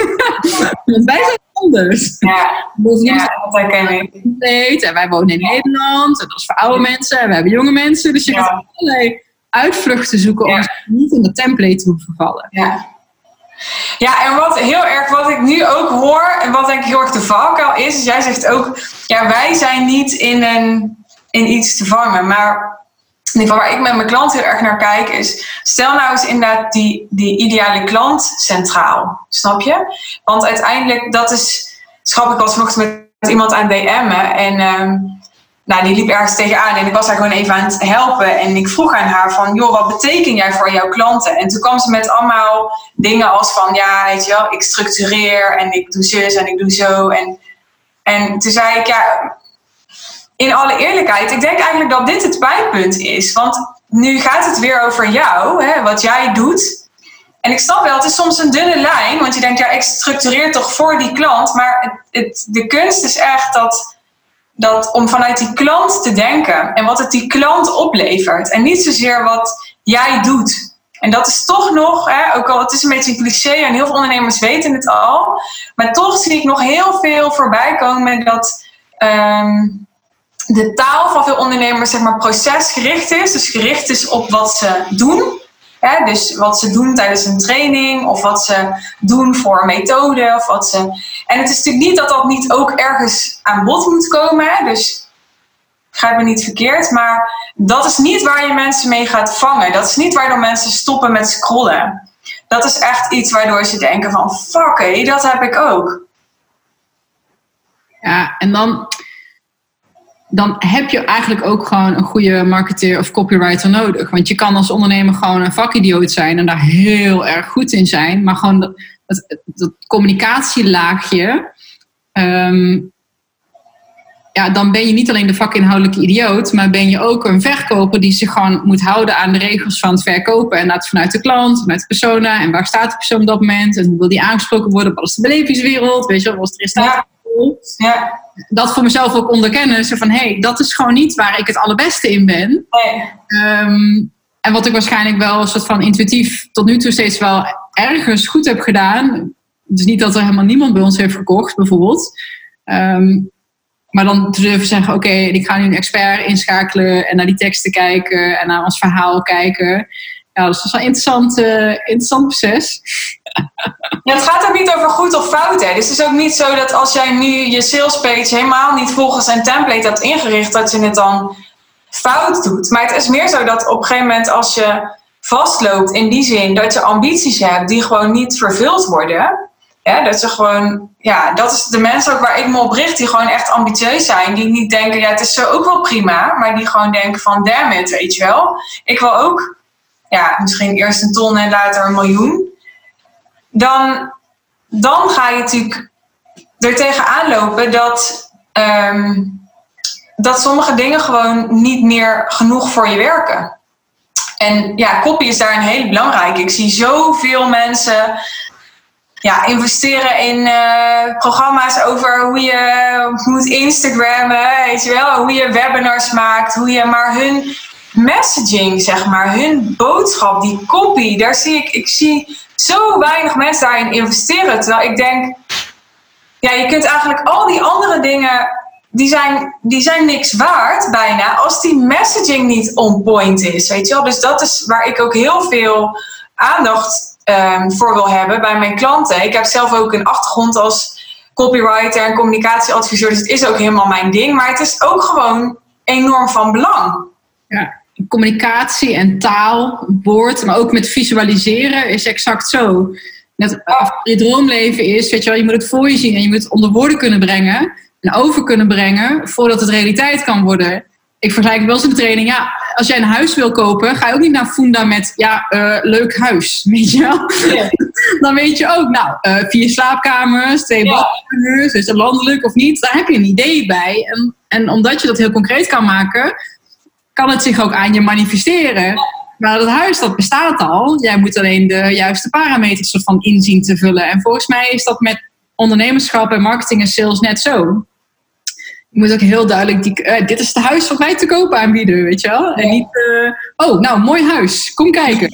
Want wij zijn anders. Ja, ja, dat herken ik. En wij wonen in Nederland. En dat is voor oude mensen. En we hebben jonge mensen. Dus je ja. gaat allerlei uitvluchten zoeken om ja. niet in de template te hoeven vallen. Ja. Ja, en wat heel erg, wat ik nu ook hoor, en wat denk ik heel erg de valkuil is, is jij zegt ook, ja, wij zijn niet in, een, in iets te vangen. Maar in ieder geval waar ik met mijn klant heel erg naar kijk is, stel nou eens inderdaad die, die ideale klant centraal. Snap je? Want uiteindelijk, dat is, schap ik was vanochtend met iemand aan D M'en en um, nou, die liep ergens tegenaan en ik was haar gewoon even aan het helpen. En ik vroeg aan haar van, joh, wat beteken jij voor jouw klanten? En toen kwam ze met allemaal dingen als van, ja, weet je wel, ik structureer en ik doe zus en ik doe zo. En, en toen zei ik, ja, in alle eerlijkheid, ik denk eigenlijk dat dit het pijnpunt is. Want nu gaat het weer over jou, hè, wat jij doet. En ik snap wel, het is soms een dunne lijn, want je denkt, ja, ik structureer toch voor die klant. Maar het, het, de kunst is echt dat... Dat om vanuit die klant te denken en wat het die klant oplevert. En niet zozeer wat jij doet. En dat is toch nog, hè, ook al het is een beetje een cliché en heel veel ondernemers weten het al. Maar toch zie ik nog heel veel voorbij komen dat um, de taal van veel ondernemers zeg maar procesgericht is. Dus gericht is op wat ze doen. Hè, dus wat ze doen tijdens een training of wat ze doen voor een methode. Of wat ze... En het is natuurlijk niet dat dat niet ook ergens aan bod moet komen. Hè? Dus begrijp me niet verkeerd. Maar dat is niet waar je mensen mee gaat vangen. Dat is niet waardoor mensen stoppen met scrollen. Dat is echt iets waardoor ze denken van fuck, hé, dat heb ik ook. Ja, en dan... dan heb je eigenlijk ook gewoon een goede marketeer of copywriter nodig. Want je kan als ondernemer gewoon een vakidioot zijn en daar heel erg goed in zijn. Maar gewoon dat, dat, dat communicatielaagje, um, ja, dan ben je niet alleen de vakinhoudelijke idioot, maar ben je ook een verkoper die zich gewoon moet houden aan de regels van het verkopen. En dat vanuit de klant, vanuit de persona. En waar staat de persoon op dat moment? En wil die aangesproken worden? Wat is de belevingswereld? Weet je wel, wat is de resultaat? Ja. Dat voor mezelf ook onderkennen. Zo van, hé, hey, dat is gewoon niet waar ik het allerbeste in ben. Nee. Um, en wat ik waarschijnlijk wel een soort van intuïtief tot nu toe steeds wel ergens goed heb gedaan. Dus niet dat er helemaal niemand bij ons heeft gekocht, bijvoorbeeld. Um, maar dan te durven zeggen, oké, okay, ik ga nu een expert inschakelen en naar die teksten kijken en naar ons verhaal kijken. Ja, dat is wel een interessant, uh, interessant proces. Ja, het gaat ook niet over goed of fout. Hè. Dus het is ook niet zo dat als jij nu je salespage helemaal niet volgens een template hebt ingericht, dat je het dan fout doet. Maar het is meer zo dat op een gegeven moment als je vastloopt in die zin dat je ambities hebt die gewoon niet vervuld worden. Ja, dat je gewoon, ja, dat is de mensen ook waar ik me op richt, die gewoon echt ambitieus zijn. Die niet denken, ja, het is zo ook wel prima. Maar die gewoon denken van, damn it, weet je wel. Ik wil ook, ja, misschien eerst een ton en later een miljoen. Dan, dan ga je natuurlijk er tegenaan lopen dat, um, dat sommige dingen gewoon niet meer genoeg voor je werken. En ja, copy is daar een hele belangrijke. Ik zie zoveel mensen ja, investeren in uh, programma's over hoe je moet Instagrammen, weet je wel, hoe je webinars maakt, hoe je maar hun messaging, zeg maar, hun boodschap, die copy, daar zie ik, ik zie zo weinig mensen daarin investeren. Terwijl ik denk, ja, je kunt eigenlijk al die andere dingen, die zijn, die zijn niks waard bijna, als die messaging niet on point is, weet je wel. Dus dat is waar ik ook heel veel aandacht um, voor wil hebben bij mijn klanten. Ik heb zelf ook een achtergrond als copywriter en communicatieadviseur, dus het is ook helemaal mijn ding. Maar het is ook gewoon enorm van belang. Ja. Communicatie en taal, woord, maar ook met visualiseren is exact zo. Net als je droomleven is, weet je wel, je moet het voor je zien en je moet het onder woorden kunnen brengen en over kunnen brengen voordat het realiteit kan worden. Ik vergelijk wel eens in de training, ja, als jij een huis wil kopen, ga je ook niet naar Funda met, ja, uh, leuk huis, weet je wel. Ja. Dan weet je ook, nou, uh, vier slaapkamers, twee ja. badkamers, is het landelijk of niet, daar heb je een idee bij. En, en omdat je dat heel concreet kan maken, kan het zich ook aan je manifesteren. maar dat huis, dat bestaat al. Jij moet alleen de juiste parameters soort van inzien te vullen. En volgens mij is dat met ondernemerschap en marketing en sales net zo. Je moet ook heel duidelijk, die, uh, dit is het huis wat wij te koop aanbieden, weet je wel? Ja. En niet, uh, oh, nou, mooi huis, kom kijken.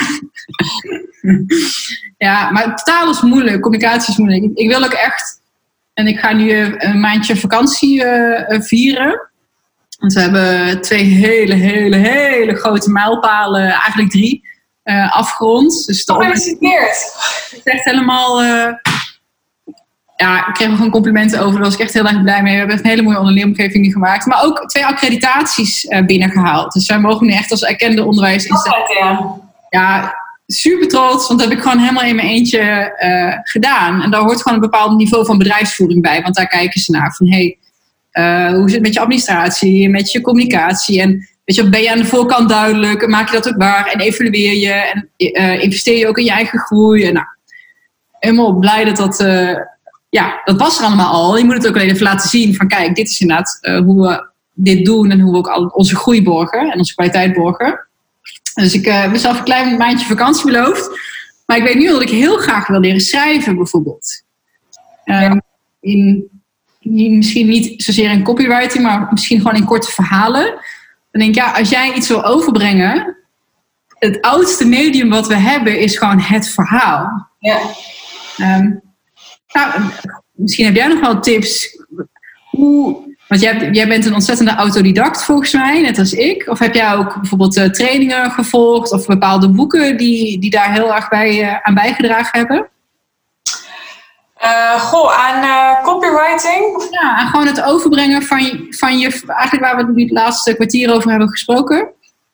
Ja, maar taal is moeilijk, communicatie is moeilijk. Ik wil ook echt, en ik ga nu een maandje vakantie uh, vieren. Want we hebben twee hele, hele, hele grote mijlpalen, eigenlijk drie, uh, afgerond. Dus gefeliciteerd! Het is echt helemaal... Uh, ja, ik kreeg er gewoon complimenten over. Daar was ik echt heel erg blij mee. We hebben echt een hele mooie ondernemeromgeving gemaakt. Maar ook twee accreditaties uh, binnengehaald. Dus wij mogen nu echt als erkende onderwijsinstelling. Ja, ja, super trots. Want dat heb ik gewoon helemaal in mijn eentje uh, gedaan. En daar hoort gewoon een bepaald niveau van bedrijfsvoering bij. Want daar kijken ze naar van... Hey, uh, hoe zit het met je administratie, met je communicatie? En weet je, ben je aan de voorkant duidelijk? Maak je dat ook waar? En evalueer je? En uh, investeer je ook in je eigen groei? En nou, helemaal blij dat dat... Uh, Ja, dat was er allemaal al. Je moet het ook alleen even laten zien van kijk, dit is inderdaad uh, hoe we dit doen en hoe we ook al onze groei borgen en onze kwaliteit borgen. Dus ik heb uh, mezelf een klein maandje vakantie beloofd. Maar ik weet nu dat ik heel graag wil leren schrijven bijvoorbeeld. Um, ja. in, in, misschien niet zozeer in copywriting, maar misschien gewoon in korte verhalen. Dan denk ik, ja, als jij iets wil overbrengen, het oudste medium wat we hebben is gewoon het verhaal. Ja. Um, Nou, misschien heb jij nog wel tips. Hoe, want jij, jij bent een ontzettende autodidact volgens mij, net als ik. Of heb jij ook bijvoorbeeld uh, trainingen gevolgd of bepaalde boeken die, die daar heel erg bij, uh, aan bijgedragen hebben? Uh, goh, aan uh, copywriting? Ja, aan gewoon het overbrengen van je, van je... Eigenlijk waar we het nu het laatste kwartier over hebben gesproken.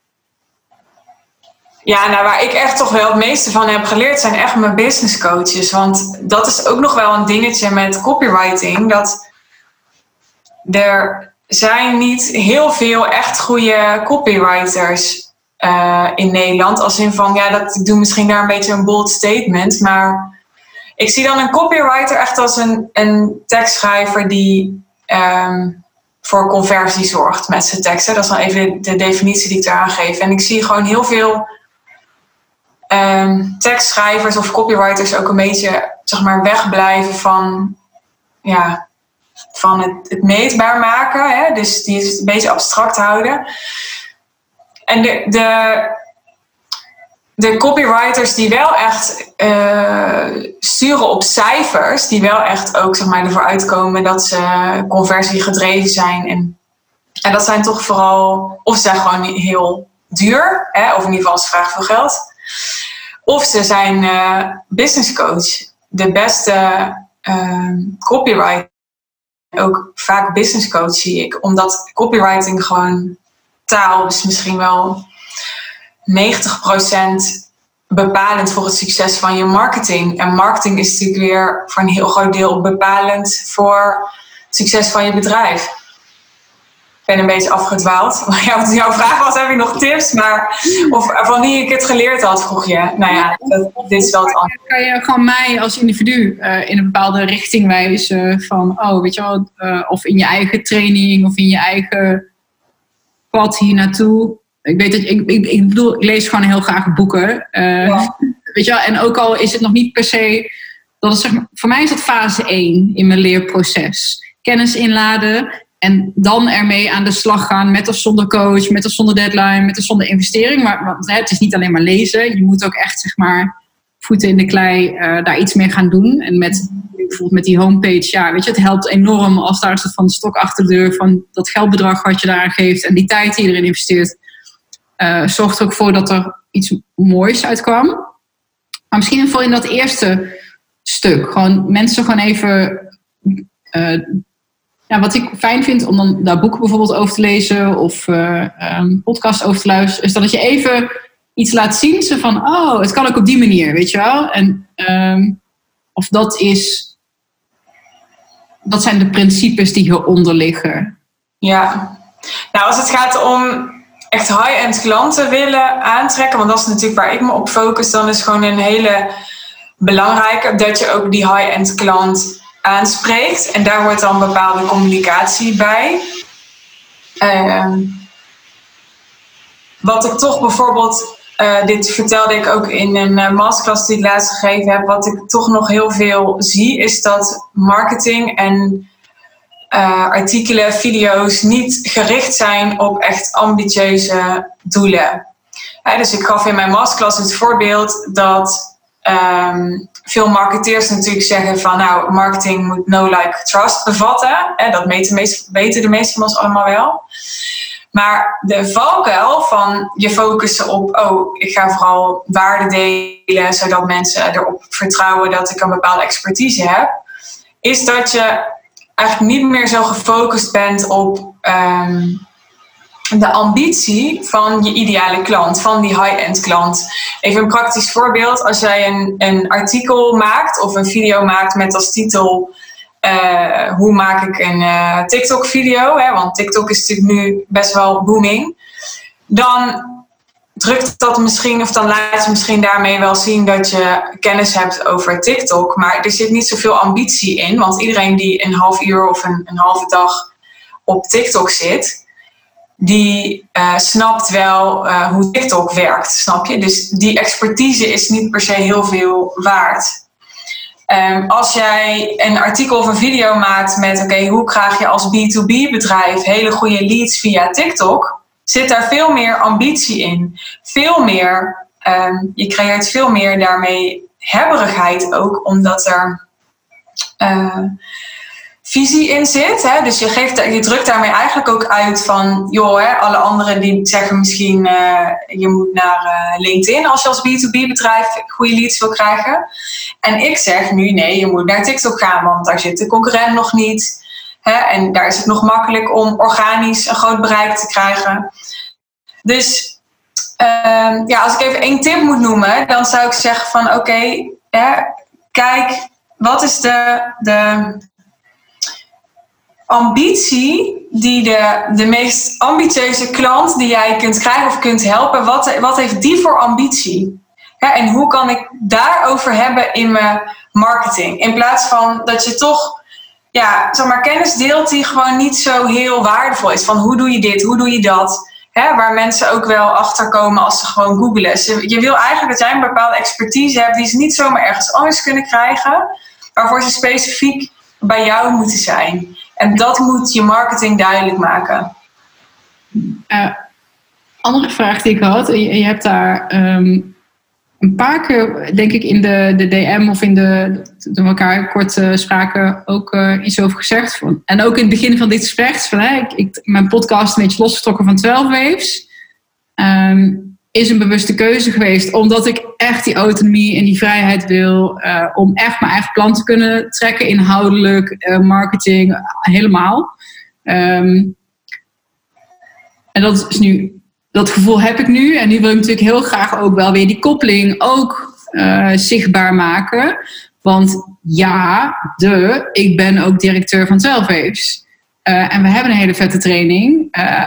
Ja, nou waar ik echt toch wel het meeste van heb geleerd zijn echt mijn business coaches. Want dat is ook nog wel een dingetje met copywriting. Dat er zijn niet heel veel echt goede copywriters uh, in Nederland. Als in van, ja, dat, ik doe misschien daar een beetje een bold statement. Maar ik zie dan een copywriter echt als een, een tekstschrijver die um, voor conversie zorgt met zijn teksten. Dat is dan even de definitie die ik eraan geef. En ik zie gewoon heel veel... Um, tekstschrijvers of copywriters ook een beetje, zeg maar, wegblijven van, ja, van het, het meetbaar maken. Hè? Dus die het een beetje abstract houden. En de, de, de copywriters die wel echt uh, sturen op cijfers, die wel echt ook, zeg maar, ervoor uitkomen dat ze conversie gedreven zijn. En, en dat zijn toch vooral, of ze zijn gewoon heel duur, hè? Of in ieder geval ze vragen veel geld. Of ze zijn uh, business coach. De beste uh, copywriter. Ook vaak business coach zie ik. Omdat copywriting gewoon taal is misschien wel negentig procent bepalend voor het succes van je marketing. En marketing is natuurlijk weer voor een heel groot deel bepalend voor het succes van je bedrijf. Ik ben een beetje afgedwaald. Ja, wat jouw vraag was, heb je nog tips? Maar of wanneer ik het geleerd had, vroeg je. Nou ja, dat, dit is wel het antwoord. Kan je gewoon mij als individu uh, in een bepaalde richting wijzen van, oh, weet je wel, uh, of in je eigen training of in je eigen pad hier naartoe. Ik weet dat ik, ik, ik bedoel, ik lees gewoon heel graag boeken. Uh, ja. Weet je wel, en ook al is het nog niet per se, dat is, zeg maar, voor mij is dat fase één in mijn leerproces. Kennis inladen. En dan ermee aan de slag gaan met of zonder coach, met of zonder deadline, met of zonder investering. Maar want, hè, het is niet alleen maar lezen. Je moet ook echt, zeg maar, voeten in de klei uh, daar iets mee gaan doen. En met bijvoorbeeld met die homepage, ja, weet je, het helpt enorm als daar een soort van stok achter de deur van dat geldbedrag wat je daaraan geeft en die tijd die je erin investeert, uh, zorgt er ook voor dat er iets moois uitkwam. Maar misschien voor in dat eerste stuk, gewoon mensen gewoon even... Uh, Ja, wat ik fijn vind om dan daar boeken bijvoorbeeld over te lezen of uh, um, podcast over te luisteren, is dat je even iets laat zien. Zo van, oh, het kan ook op die manier, weet je wel. En um, of dat is, dat zijn de principes die hieronder liggen. Ja, nou als het gaat om echt high-end klanten willen aantrekken, want dat is natuurlijk waar ik me op focus, dan is gewoon een hele belangrijke dat je ook die high-end klant aanspreekt. En daar hoort dan bepaalde communicatie bij. Uh, wat ik toch bijvoorbeeld, uh, dit vertelde ik ook in een uh, masterclass die ik laatst gegeven heb, wat ik toch nog heel veel zie, is dat marketing en uh, artikelen, video's niet gericht zijn op echt ambitieuze doelen. Ja, dus ik gaf in mijn masterclass het voorbeeld dat um, veel marketeers natuurlijk zeggen van nou, marketing moet know, like, trust bevatten. Ja, dat weten de, meeste, weten de meesten van ons allemaal wel. Maar de valkuil van je focussen op, oh, ik ga vooral waarde delen, zodat mensen erop vertrouwen dat ik een bepaalde expertise heb, is dat je eigenlijk niet meer zo gefocust bent op um, de ambitie van je ideale klant, van die high-end klant. Even een praktisch voorbeeld. Als jij een, een artikel maakt of een video maakt met als titel Uh, hoe maak ik een uh, TikTok-video? Hè? Want TikTok is natuurlijk nu best wel booming. Dan drukt dat misschien, of dan laat je misschien daarmee wel zien dat je kennis hebt over TikTok. Maar er zit niet zoveel ambitie in. Want iedereen die een half uur of een, een halve dag op TikTok zit, die uh, snapt wel uh, hoe TikTok werkt, snap je? Dus die expertise is niet per se heel veel waard. Um, als jij een artikel of een video maakt met oké, okay, hoe krijg je als B to B bedrijf hele goede leads via TikTok, zit daar veel meer ambitie in. Veel meer, um, je creëert veel meer daarmee hebberigheid ook, omdat er uh, visie in zit. Hè? Dus je, geeft, je drukt daarmee eigenlijk ook uit van, joh, hè, alle anderen die zeggen misschien uh, je moet naar uh, LinkedIn als je als B to B bedrijf goede leads wil krijgen. En ik zeg nu, nee, je moet naar TikTok gaan, want daar zit de concurrent nog niet. Hè? En daar is het nog makkelijk om organisch een groot bereik te krijgen. Dus uh, ja, als ik even één tip moet noemen, dan zou ik zeggen van oké, okay, kijk, wat is de, de ambitie die de, de meest ambitieuze klant die jij kunt krijgen of kunt helpen, wat, wat heeft die voor ambitie? Ja, en hoe kan ik daarover hebben in mijn marketing? In plaats van dat je toch ja, zeg maar, kennis deelt die gewoon niet zo heel waardevol is. Van hoe doe je dit, hoe doe je dat? Hè, waar mensen ook wel achterkomen als ze gewoon googlen. Je wil eigenlijk dat jij een bepaalde expertise hebt die ze niet zomaar ergens anders kunnen krijgen, waarvoor ze specifiek bij jou moeten zijn. En dat moet je marketing duidelijk maken. Uh, andere vraag die ik had. Je, je hebt daar um, een paar keer, denk ik, in de, de D M of in de, toen we elkaar kort uh, spraken, ook uh, iets over gezegd. Van, en ook in het begin van dit gesprek, van, hè, ik, ik, mijn podcast een beetje losgetrokken van twaalf Waves. Um, is een bewuste keuze geweest, omdat ik echt die autonomie en die vrijheid wil, uh, om echt mijn eigen plan te kunnen trekken, inhoudelijk, uh, marketing, helemaal. Um, en dat is nu, dat gevoel heb ik nu, en nu wil ik natuurlijk heel graag ook wel weer die koppeling ook uh, zichtbaar maken. Want ja, de, ik ben ook directeur van twaalf Waves. Uh, en we hebben een hele vette training, uh,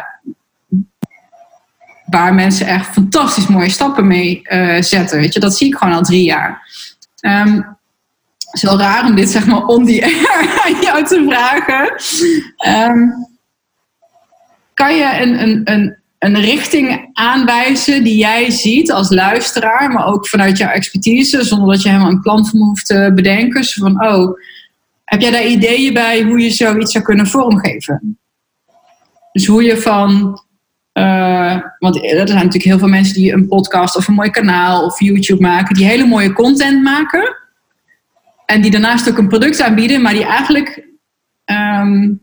waar mensen echt fantastisch mooie stappen mee uh, zetten. Weet je, dat zie ik gewoon al drie jaar. Um, het is wel raar om dit, zeg maar, on the air aan jou te vragen. Um, kan je een, een, een, een richting aanwijzen die jij ziet als luisteraar, maar ook vanuit jouw expertise, zonder dat je helemaal een plan voor hoeft te bedenken? Zo van, oh, heb jij daar ideeën bij hoe je zoiets zou kunnen vormgeven? Dus hoe je van Uh, want er zijn natuurlijk heel veel mensen die een podcast of een mooi kanaal of YouTube maken, die hele mooie content maken. En die daarnaast ook een product aanbieden, maar die eigenlijk Um,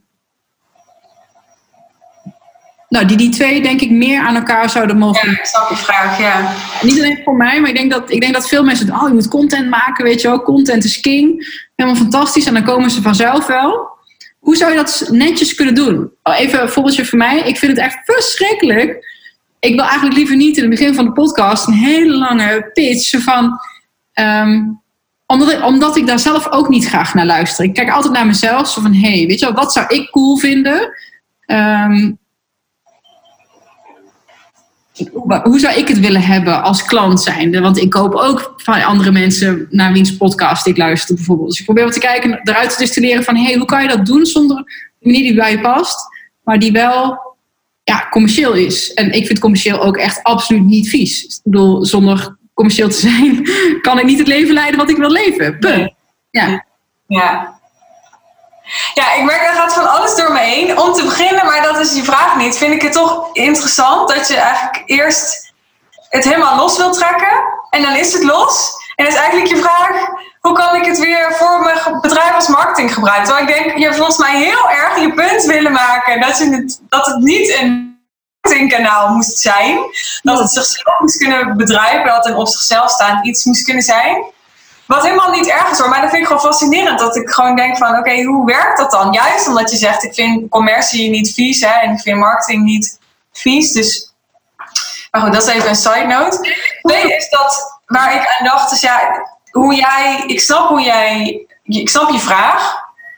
nou, die, die twee denk ik meer aan elkaar zouden mogen. Ja, ik snap je vraag, ja. Niet alleen voor mij, maar ik denk dat, ik denk dat veel mensen oh, je moet content maken, weet je wel. Content is king. Helemaal fantastisch. En dan komen ze vanzelf wel. Hoe zou je dat netjes kunnen doen? Even een voorbeeldje voor mij. Ik vind het echt verschrikkelijk. Ik wil eigenlijk liever niet in het begin van de podcast een hele lange pitch van Um, omdat, ik, omdat ik daar zelf ook niet graag naar luister. Ik kijk altijd naar mezelf. Zo van, hé, hey, weet je wel, wat zou ik cool vinden? Um, hoe zou ik het willen hebben als klant zijnde? Want ik koop ook van andere mensen naar wiens podcast ik luister bijvoorbeeld. Dus ik probeer wat te kijken, eruit te distilleren van, hé, hey, hoe kan je dat doen zonder een manier die bij je past, maar die wel ja, commercieel is. En ik vind commercieel ook echt absoluut niet vies. Ik bedoel, zonder commercieel te zijn kan ik niet het leven leiden wat ik wil leven. Punt. Ja. Ja. Ja, ik merk er gaat van alles door me heen. Om te beginnen, maar dat is die vraag niet, vind ik het toch interessant dat je eigenlijk eerst het helemaal los wilt trekken. En dan is het los. En is eigenlijk je vraag, hoe kan ik het weer voor mijn bedrijf als marketing gebruiken? Terwijl ik denk, je hebt volgens mij heel erg je punt willen maken dat, je het, dat het niet een marketingkanaal moest zijn. Dat het zichzelf moest kunnen bedrijven, dat het op zichzelf staand iets moest kunnen zijn. Wat helemaal niet erg is hoor, maar dat vind ik gewoon fascinerend. Dat ik gewoon denk van, oké, okay, hoe werkt dat dan? Juist omdat je zegt, ik vind commercie niet vies, hè, en ik vind marketing niet vies. Dus, maar goed, dat is even een side note. Tweede is dat, waar ik aan dacht, is ja, hoe jij, ik snap hoe jij, ik snap je vraag.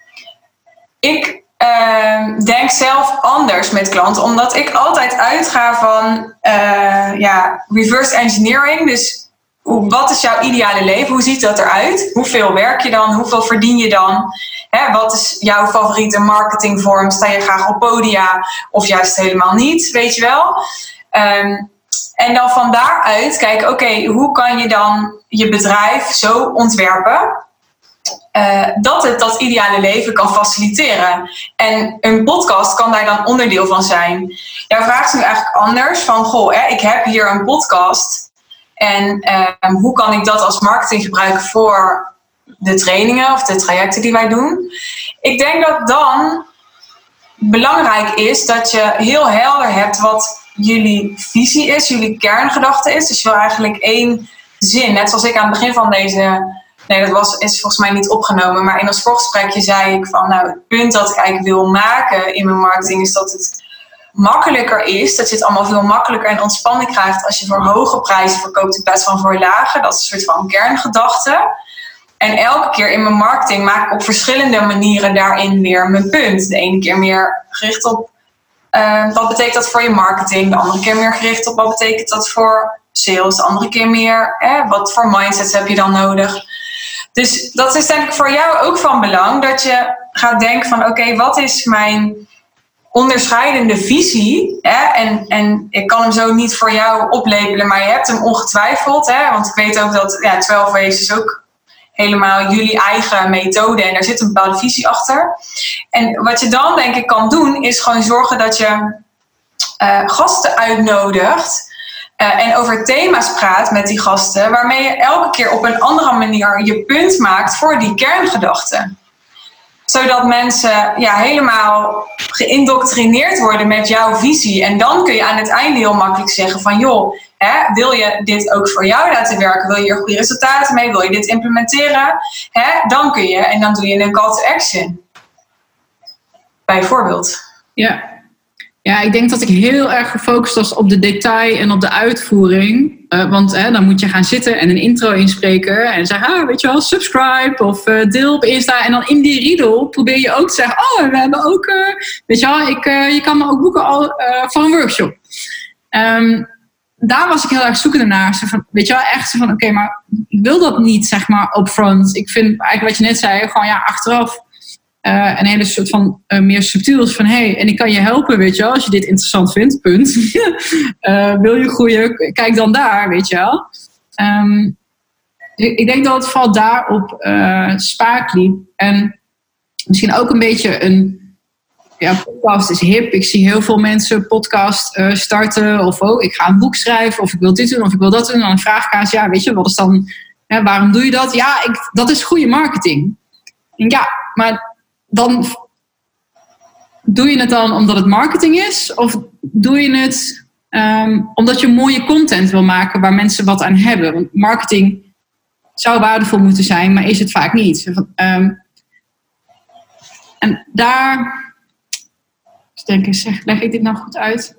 Ik uh, denk zelf anders met klanten, omdat ik altijd uitga van, uh, ja, reverse engineering, dus wat is jouw ideale leven? Hoe ziet dat eruit? Hoeveel werk je dan? Hoeveel verdien je dan? Hè, wat is jouw favoriete marketingvorm? Sta je graag op podia of juist helemaal niet? Weet je wel? Um, en dan van daaruit kijken, oké, okay, hoe kan je dan je bedrijf zo ontwerpen uh, dat het dat ideale leven kan faciliteren? En een podcast kan daar dan onderdeel van zijn. Jouw vraag is nu eigenlijk anders. Van, goh, hè, ik heb hier een podcast. En um, hoe kan ik dat als marketing gebruiken voor de trainingen of de trajecten die wij doen? Ik denk dat dan belangrijk is dat je heel helder hebt wat jullie visie is, jullie kerngedachte is. Dus je wil eigenlijk één zin, net zoals ik aan het begin van deze... Nee, dat was, is volgens mij niet opgenomen, maar in ons voorgesprekje zei ik van, nou, het punt dat ik eigenlijk wil maken in mijn marketing is dat het makkelijker is, dat je het allemaal veel makkelijker en ontspanning krijgt als je voor hoge prijzen verkoopt in plaats van voor lage. Dat is een soort van kerngedachte. En elke keer in mijn marketing maak ik op verschillende manieren daarin weer mijn punt. De ene keer meer gericht op uh, wat betekent dat voor je marketing. De andere keer meer gericht op wat betekent dat voor sales. De andere keer meer, hè, wat voor mindsets heb je dan nodig. Dus dat is denk ik voor jou ook van belang. Dat je gaat denken van oké, okay, wat is mijn onderscheidende visie, hè? En, en ik kan hem zo niet voor jou oplepelen, maar je hebt hem ongetwijfeld, hè? Want ik weet ook dat ja, twaalf Ways is ook helemaal jullie eigen methode en daar zit een bepaalde visie achter. En wat je dan denk ik kan doen, is gewoon zorgen dat je uh, gasten uitnodigt uh, en over thema's praat met die gasten, waarmee je elke keer op een andere manier je punt maakt voor die kerngedachten. Zodat mensen ja, helemaal geïndoctrineerd worden met jouw visie. En dan kun je aan het einde heel makkelijk zeggen van joh, hè, wil je dit ook voor jou laten werken? Wil je er goede resultaten mee? Wil je dit implementeren? Hè, dan kun je en dan doe je een call to action. Bijvoorbeeld. Ja. Ja, ik denk dat ik heel erg gefocust was op de detail en op de uitvoering. Uh, want hè, dan moet je gaan zitten en een intro inspreken. En zeggen, ah, weet je wel, subscribe of uh, deel op Insta. En dan in die riedel probeer je ook te zeggen, oh, we hebben ook, uh, weet je wel, ik, uh, je kan me ook boeken al, uh, voor een workshop. Um, daar was ik heel erg zoekende naar. Zo van, weet je wel, echt zo van, oké, okay, maar ik wil dat niet, zeg maar, upfront. Ik vind eigenlijk wat je net zei, gewoon ja, achteraf. Uh, een hele soort van uh, meer subtiel is van hey, en ik kan je helpen, weet je wel, als je dit interessant vindt, punt. uh, wil je groeien, kijk dan daar, weet je wel. Um, ik, ik denk dat het vooral daarop uh, spaak liep. En misschien ook een beetje een ja, podcast is hip. Ik zie heel veel mensen podcast uh, starten of oh, ik ga een boek schrijven of ik wil dit doen of ik wil dat doen. En dan vraag ik aan ze, ja, weet je, wat is dan, hè, waarom doe je dat? Ja, ik, dat is goede marketing. En ja, maar dan doe je het dan omdat het marketing is? Of doe je het um, omdat je mooie content wil maken waar mensen wat aan hebben? Want marketing zou waardevol moeten zijn, maar is het vaak niet. Um, en daar, denk ik, zeg, leg ik dit nou goed uit?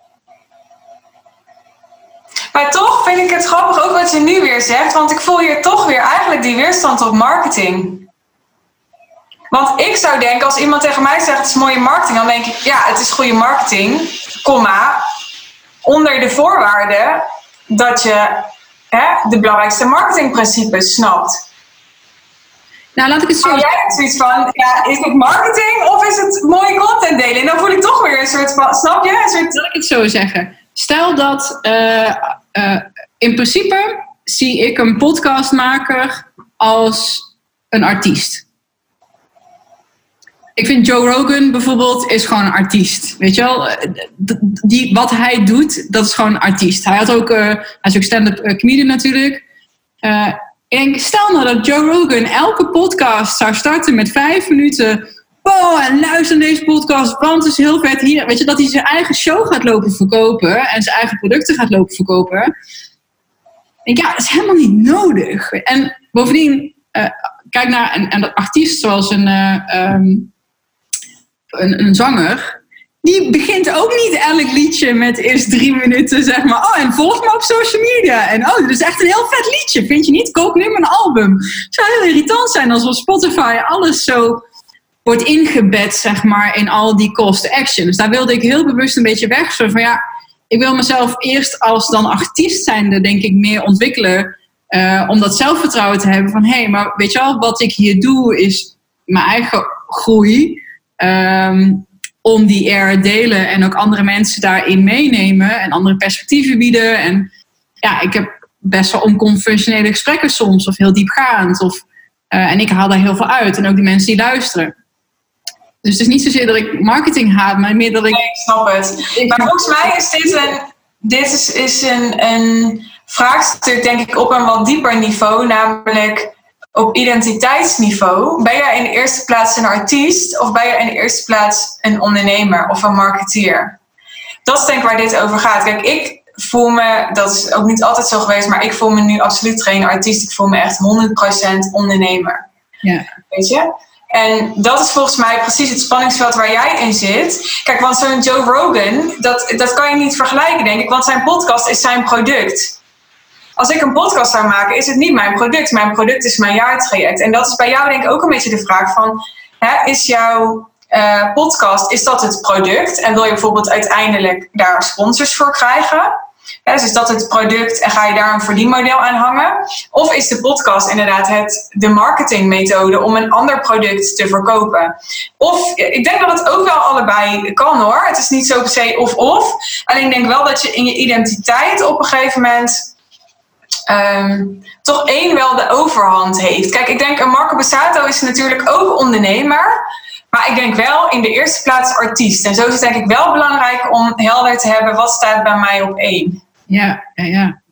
Maar toch vind ik het grappig ook wat je nu weer zegt, want ik voel hier toch weer eigenlijk die weerstand op marketing. Want ik zou denken, als iemand tegen mij zegt het is mooie marketing, dan denk ik, ja, het is goede marketing, komma, onder de voorwaarde dat je hè, de belangrijkste marketingprincipes snapt. Nou, laat ik het zo oh, jij hebt zoiets van, ja, is het marketing of is het mooie content delen? En dan voel ik toch weer een soort van, snap je? Een soort... Laat ik het zo zeggen. Stel dat uh, uh, in principe zie ik een podcastmaker als een artiest. Ik vind Joe Rogan bijvoorbeeld is gewoon een artiest. Weet je wel? Die, wat hij doet, dat is gewoon een artiest. Hij, had ook, uh, hij is ook stand-up comedian natuurlijk. Uh, en stel nou dat Joe Rogan elke podcast zou starten met vijf minuten. Oh, en luister naar deze podcast, want het is heel vet hier. Weet je, dat hij zijn eigen show gaat lopen verkopen en zijn eigen producten gaat lopen verkopen. En ja, dat is helemaal niet nodig. En bovendien, uh, kijk naar een, een artiest zoals een, uh, um, een, een zanger. Die begint ook niet elk liedje met eerst drie minuten, zeg maar. Oh, en volg me op social media. En oh, dit is echt een heel vet liedje, vind je niet? Koop nu mijn album. Het zou heel irritant zijn als op Spotify alles zo wordt ingebed, zeg maar, in al die call to action. Dus daar wilde ik heel bewust een beetje weg. Zo van ja, ik wil mezelf eerst als dan artiest zijnde, denk ik, meer ontwikkelen. Uh, om dat zelfvertrouwen te hebben van hé, hey, maar weet je wel, wat ik hier doe is mijn eigen groei. Um, om die air delen en ook andere mensen daarin meenemen en andere perspectieven bieden. En ja, ik heb best wel onconventionele gesprekken soms, of heel diepgaand. Of, uh, en ik haal daar heel veel uit. En ook die mensen die luisteren. Dus het is niet zozeer dat ik marketing haat, maar meer dat ik... Nee, ik snap het. Maar volgens mij is dit een, dit is, is een, een vraagstuk, denk ik, op een wat dieper niveau. Namelijk op identiteitsniveau. Ben jij in de eerste plaats een artiest of ben jij in de eerste plaats een ondernemer of een marketeer? Dat is denk ik waar dit over gaat. Kijk, ik voel me, dat is ook niet altijd zo geweest, maar ik voel me nu absoluut geen artiest. Ik voel me echt honderd procent ondernemer. Ja. Weet je? En dat is volgens mij precies het spanningsveld waar jij in zit. Kijk, want zo'n Joe Rogan, dat, dat kan je niet vergelijken, denk ik. Want zijn podcast is zijn product. Als ik een podcast zou maken, is het niet mijn product. Mijn product is mijn jaartraject. En dat is bij jou denk ik ook een beetje de vraag van... Hè, is jouw uh, podcast, is dat het product? En wil je bijvoorbeeld uiteindelijk daar sponsors voor krijgen? Ja, dus is dat het product en ga je daar een verdienmodel aan hangen? Of is de podcast inderdaad het, de marketingmethode om een ander product te verkopen? Of, ik denk dat het ook wel allebei kan hoor. Het is niet zo per se of-of. Alleen ik denk wel dat je in je identiteit op een gegeven moment... Um, toch één wel de overhand heeft. Kijk, ik denk een Marco Borsato is natuurlijk ook ondernemer. Maar ik denk wel in de eerste plaats artiest. En zo is het denk ik wel belangrijk om helder te hebben... wat staat bij mij op één. Ja, ja, ja.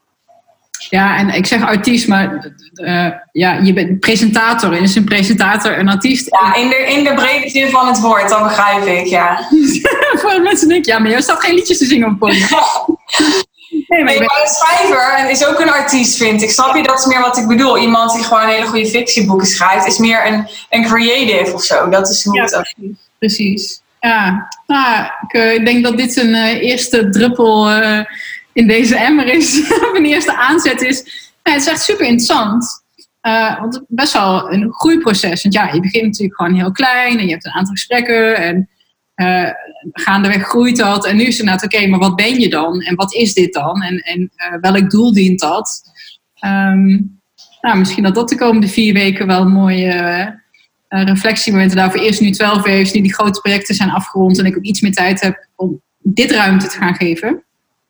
Ja, en ik zeg artiest, maar uh, ja, je bent presentator. En is een presentator een artiest? Ja, in de, in de brede zin van het woord, dat begrijp ik, ja. Voor de mensen denken, ja, maar je staat geen liedjes te zingen op podium. Nee, maar, nee, maar een schrijver is ook een artiest, vind ik. Snap je? Dat is meer wat ik bedoel. Iemand die gewoon hele goede fictieboeken schrijft... is meer een, een creative of zo. Dat is hoe ja, het ook. Precies. precies. Ja, nou, ik, uh, ik denk dat dit een uh, eerste druppel uh, in deze emmer is. Of een eerste aanzet is. Ja, het is echt super interessant. Uh, want het is best wel een groeiproces. Want ja, je begint natuurlijk gewoon heel klein... en je hebt een aantal gesprekken... en Uh, gaandeweg groeit dat. En nu is het inderdaad, oké, okay, maar wat ben je dan? En wat is dit dan? En, en uh, welk doel dient dat? Um, nou, misschien dat dat de komende vier weken wel een mooie uh, uh, reflectiemomenten daarvoor. Eerst nu twaalf weken, nu die grote projecten zijn afgerond en ik ook iets meer tijd heb om dit ruimte te gaan geven.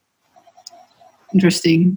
Interesting.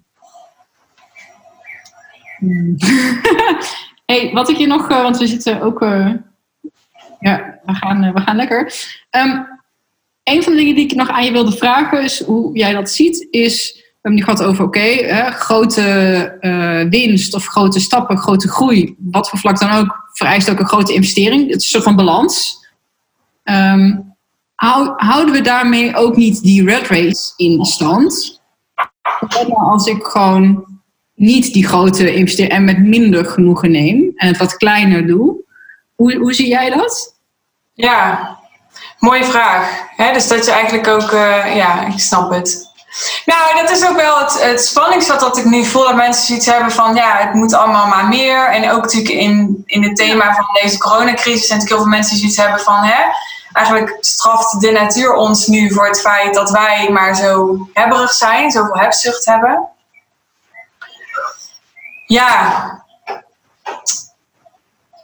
Hmm. Hey, wat ik hier nog, uh, want we zitten ook... Uh, Ja, we gaan, we gaan lekker. Um, een van de dingen die ik nog aan je wilde vragen is hoe jij dat ziet. Is, we hebben nu gehad over oké, okay, grote uh, winst of grote stappen, grote groei. Wat voor vlak dan ook, vereist ook een grote investering. Het is een soort van balans. Um, hou, houden we daarmee ook niet die red race in stand? Als ik gewoon niet die grote investering en met minder genoegen neem en het wat kleiner doe. Hoe, hoe zie jij dat? Ja, mooie vraag. He, dus dat je eigenlijk ook, uh, ja, ik snap het. Nou, dat is ook wel het, het spanningsveld dat ik nu voel. Dat mensen zoiets hebben van, ja, het moet allemaal maar meer. En ook natuurlijk in, in het thema van deze coronacrisis zijn natuurlijk heel veel mensen die zoiets hebben van, hè, eigenlijk straft de natuur ons nu voor het feit dat wij maar zo hebberig zijn, zoveel hebzucht hebben. Ja.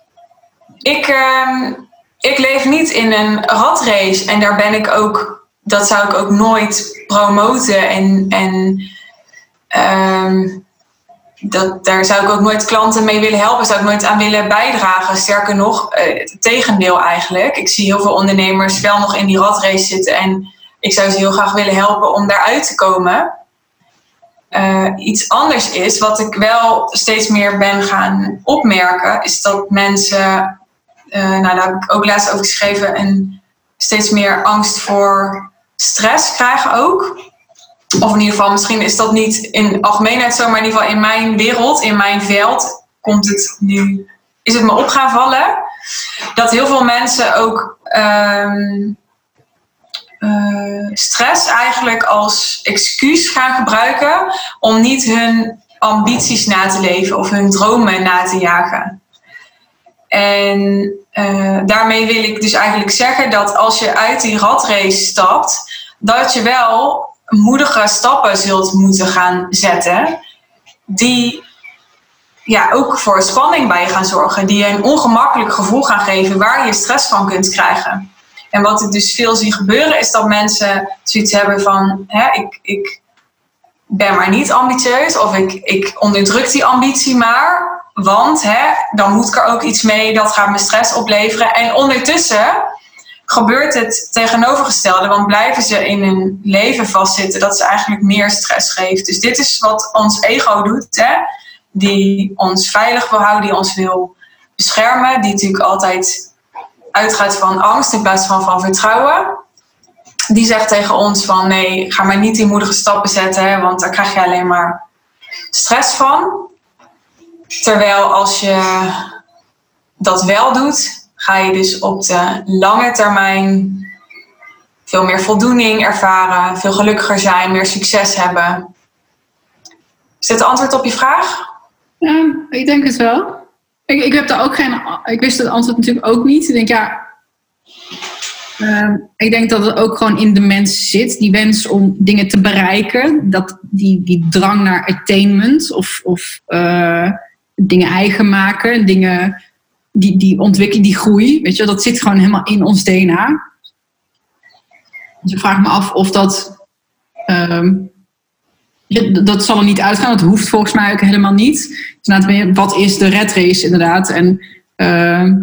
ik, uh, ik leef niet in een ratrace en daar ben ik ook, dat zou ik ook nooit promoten en, en uh, dat, daar zou ik ook nooit klanten mee willen helpen, zou ik nooit aan willen bijdragen. Sterker nog, uh, het tegendeel eigenlijk. Ik zie heel veel ondernemers wel nog in die ratrace zitten en ik zou ze heel graag willen helpen om daaruit te komen. Uh, iets anders is, wat ik wel steeds meer ben gaan opmerken, is dat mensen, uh, nou daar heb ik ook laatst over geschreven, en steeds meer angst voor stress krijgen ook. Of in ieder geval, misschien is dat niet in algemeenheid zo, maar in ieder geval in mijn wereld, in mijn veld, komt het nu, is het me op gaan vallen. Dat heel veel mensen ook um, uh, stress eigenlijk als excuus gaan gebruiken om niet hun ambities na te leven of hun dromen na te jagen. En uh, daarmee wil ik dus eigenlijk zeggen dat als je uit die ratrace stapt, dat je wel moedige stappen zult moeten gaan zetten die ja, ook voor spanning bij je gaan zorgen, die je een ongemakkelijk gevoel gaan geven waar je stress van kunt krijgen. En wat ik dus veel zie gebeuren is dat mensen zoiets hebben van hè, ik, ik ben maar niet ambitieus of ik, ik onderdruk die ambitie maar, want hè, dan moet ik er ook iets mee, dat gaat me stress opleveren. En ondertussen gebeurt het tegenovergestelde, want blijven ze in hun leven vastzitten dat ze eigenlijk meer stress geeft. Dus dit is wat ons ego doet, hè? Die ons veilig wil houden, die ons wil beschermen, die natuurlijk altijd uitgaat van angst in plaats van van vertrouwen. Die zegt tegen ons van nee, ga maar niet die moedige stappen zetten, hè, want daar krijg je alleen maar stress van. Terwijl als je dat wel doet, ga je dus op de lange termijn veel meer voldoening ervaren, veel gelukkiger zijn, meer succes hebben. Is dit het antwoord op je vraag? Ja, ik denk het wel. Ik, ik heb daar ook geen. Ik wist het antwoord natuurlijk ook niet. Ik denk ja. Uh, ik denk dat het ook gewoon in de mens zit, die wens om dingen te bereiken, dat die, die drang naar attainment of, of uh, dingen eigen maken, dingen. Die, die ontwikkeling, die groei, weet je, dat zit gewoon helemaal in ons D N A. Dus ik vraag me af of dat... Um, dat zal er niet uitgaan, dat hoeft volgens mij ook helemaal niet. Dus wat is de red race inderdaad? En uh,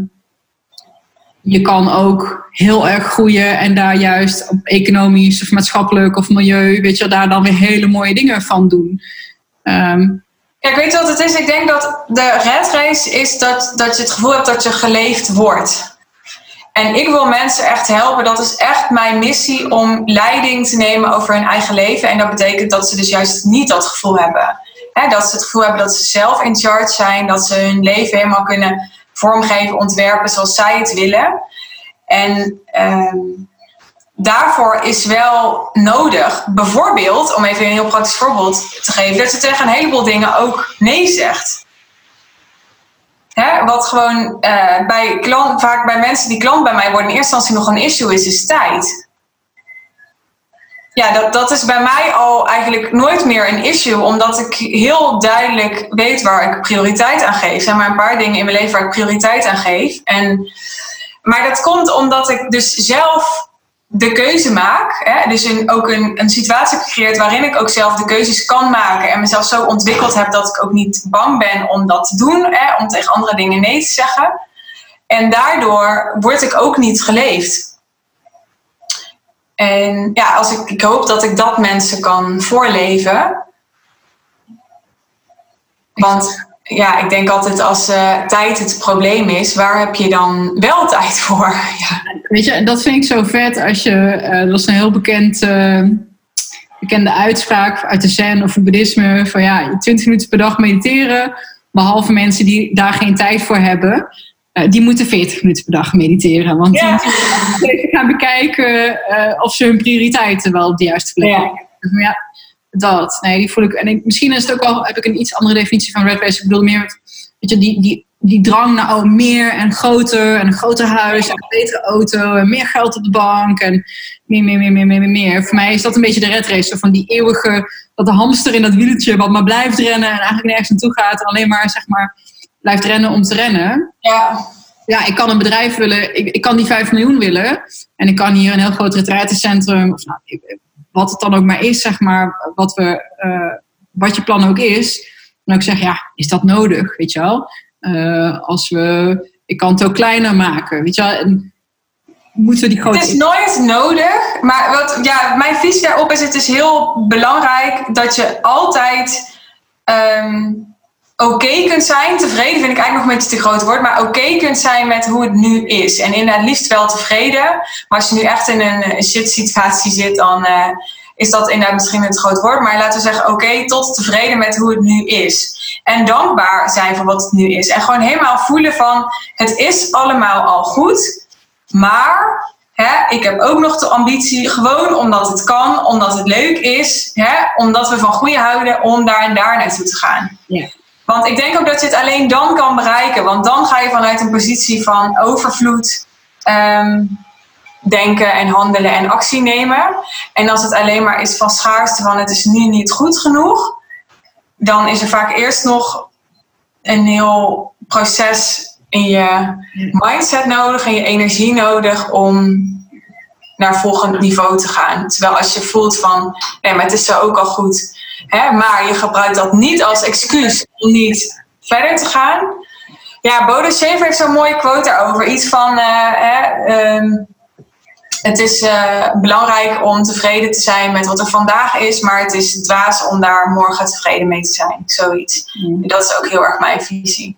je kan ook heel erg groeien en daar juist op economisch of maatschappelijk of milieu, weet je, daar dan weer hele mooie dingen van doen. Um, Kijk, weet je wat het is? Ik denk dat de red race is dat, dat je het gevoel hebt dat je geleefd wordt. En ik wil mensen echt helpen. Dat is echt mijn missie om leiding te nemen over hun eigen leven. En dat betekent dat ze dus juist niet dat gevoel hebben. He, dat ze het gevoel hebben dat ze zelf in charge zijn. Dat ze hun leven helemaal kunnen vormgeven, ontwerpen zoals zij het willen. En um, daarvoor is wel nodig, bijvoorbeeld, om even een heel praktisch voorbeeld te geven, dat je tegen een heleboel dingen ook nee zegt. Hè, wat gewoon uh, bij klant, vaak bij mensen die klant bij mij worden in eerste instantie nog een issue is, is tijd. Ja, dat, dat is bij mij al eigenlijk nooit meer een issue, omdat ik heel duidelijk weet waar ik prioriteit aan geef. Er zijn maar een paar dingen in mijn leven waar ik prioriteit aan geef. En, maar dat komt omdat ik dus zelf de keuze maak. Hè? Dus een, ook een, een situatie gecreëerd waarin ik ook zelf de keuzes kan maken. En mezelf zo ontwikkeld heb dat ik ook niet bang ben om dat te doen. Hè? Om tegen andere dingen nee te zeggen. En daardoor word ik ook niet geleefd. En ja, als ik, ik hoop dat ik dat mensen kan voorleven. Want ja, ik denk altijd als uh, tijd het probleem is, waar heb je dan wel tijd voor? Ja. Weet je, dat vind ik zo vet als je, uh, dat is een heel bekend, uh, bekende uitspraak uit de Zen of het boeddhisme, van ja, twintig minuten per dag mediteren, behalve mensen die daar geen tijd voor hebben, uh, die moeten veertig minuten per dag mediteren. Want ja. die moeten even gaan bekijken uh, of ze hun prioriteiten wel op de juiste plek hebben. Ja. ja, dat. Nee, die voel ik. En ik, misschien is het ook al, heb ik een iets andere definitie van red race. Ik bedoel meer, weet je, die, die, die drang naar oh, meer en groter en een groter huis en een betere auto en meer geld op de bank en meer, meer, meer, meer, meer, meer, meer. Voor mij is dat een beetje de red race, van die eeuwige, dat de hamster in dat wieltje wat maar blijft rennen en eigenlijk nergens naartoe gaat en alleen maar, zeg maar, blijft rennen om te rennen. Ja. ja, ik kan een bedrijf willen, ik, ik kan die vijf miljoen willen. En ik kan hier een heel groot retraitecentrum, of nou, wat het dan ook maar is, zeg maar, wat, we, uh, wat je plan ook is. Dan ook zeg, ja, is dat nodig, weet je wel? Uh, als we, ik kan het ook kleiner maken, weet je wel? En moeten we die grote... Het is nooit nodig, maar wat, ja, mijn visie daarop is, het is heel belangrijk dat je altijd um, oké okay kunt zijn. Tevreden vind ik eigenlijk nog een beetje te groot woord, maar oké okay kunt zijn met hoe het nu is. En inderdaad liefst wel tevreden. Maar als je nu echt in een, een shit situatie zit, dan uh, is dat inderdaad misschien een te groot woord. Maar laten we zeggen, oké, okay, tot tevreden met hoe het nu is. En dankbaar zijn voor wat het nu is. En gewoon helemaal voelen van, het is allemaal al goed. Maar hè, ik heb ook nog de ambitie, gewoon omdat het kan, omdat het leuk is. Hè, omdat we van groeien houden, om daar en daar naartoe te gaan. Ja. Want ik denk ook dat je het alleen dan kan bereiken. Want dan ga je vanuit een positie van overvloed um, denken en handelen en actie nemen. En als het alleen maar is van schaarste, van het is nu niet goed genoeg, dan is er vaak eerst nog een heel proces in je mindset nodig en je energie nodig om naar een volgend niveau te gaan. Terwijl als je voelt van, nee, maar het is zo ook al goed. Hè, maar je gebruikt dat niet als excuus om niet verder te gaan. Ja, Bodo Schäfer heeft zo'n mooie quote daarover. Iets van, uh, hè, um, het is uh, belangrijk om tevreden te zijn met wat er vandaag is, maar het is dwaas om daar morgen tevreden mee te zijn. Zoiets. Mm. En dat is ook heel erg mijn visie.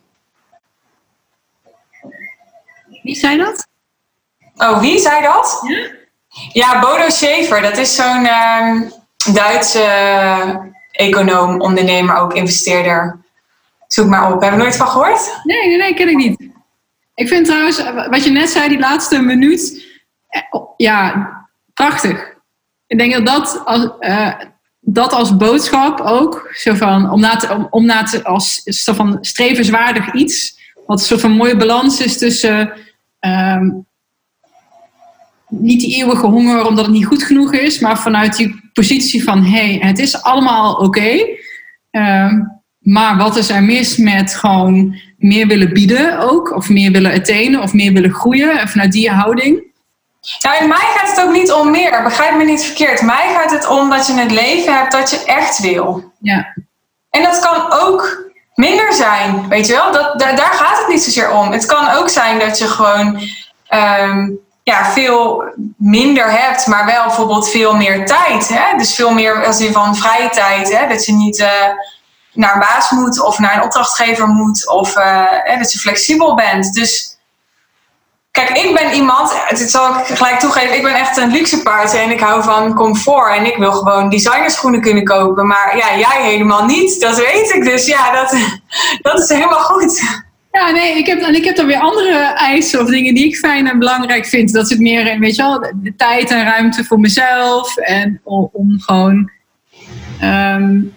Wie zei dat? Oh, wie zei dat? Ja, ja Bodo Schäfer. Dat is zo'n uh, Duitse uh, econoom, ondernemer, ook investeerder. Zoek maar op. Heb je er nooit van gehoord? Nee, nee, nee, ken ik niet. Ik vind trouwens, wat je net zei, die laatste minuut, ja, prachtig. Ik denk dat dat als, uh, dat als boodschap ook, zo van, om na te, om, om na te, als zo van strevenswaardig iets, wat een soort van mooie balans is tussen um, niet die eeuwige honger omdat het niet goed genoeg is, maar vanuit die positie van, hé, hey, het is allemaal oké. Okay, um, maar wat is er mis met gewoon meer willen bieden ook, of meer willen attainen, of meer willen groeien, en vanuit die houding. Nou, in mij gaat het ook niet om meer, begrijp me niet verkeerd. Mij gaat het om dat je een leven hebt dat je echt wil. Ja. En dat kan ook minder zijn, weet je wel. Dat, daar, daar gaat het niet zozeer om. Het kan ook zijn dat je gewoon um, ja, veel minder hebt, maar wel bijvoorbeeld veel meer tijd. Hè? Dus veel meer als in van vrije tijd. Hè? Dat je niet uh, naar een baas moet of naar een opdrachtgever moet. Of uh, hè, dat je flexibel bent. Dus kijk, ik ben iemand, dit zal ik gelijk toegeven, ik ben echt een luxe paard en ik hou van comfort en ik wil gewoon designerschoenen kunnen kopen. Maar ja, jij helemaal niet, dat weet ik. Dus ja, dat, dat is helemaal goed. Ja, nee, ik heb, en ik heb dan weer andere eisen of dingen die ik fijn en belangrijk vind. Dat zit meer in, weet je wel, de tijd en ruimte voor mezelf en om, om gewoon Um,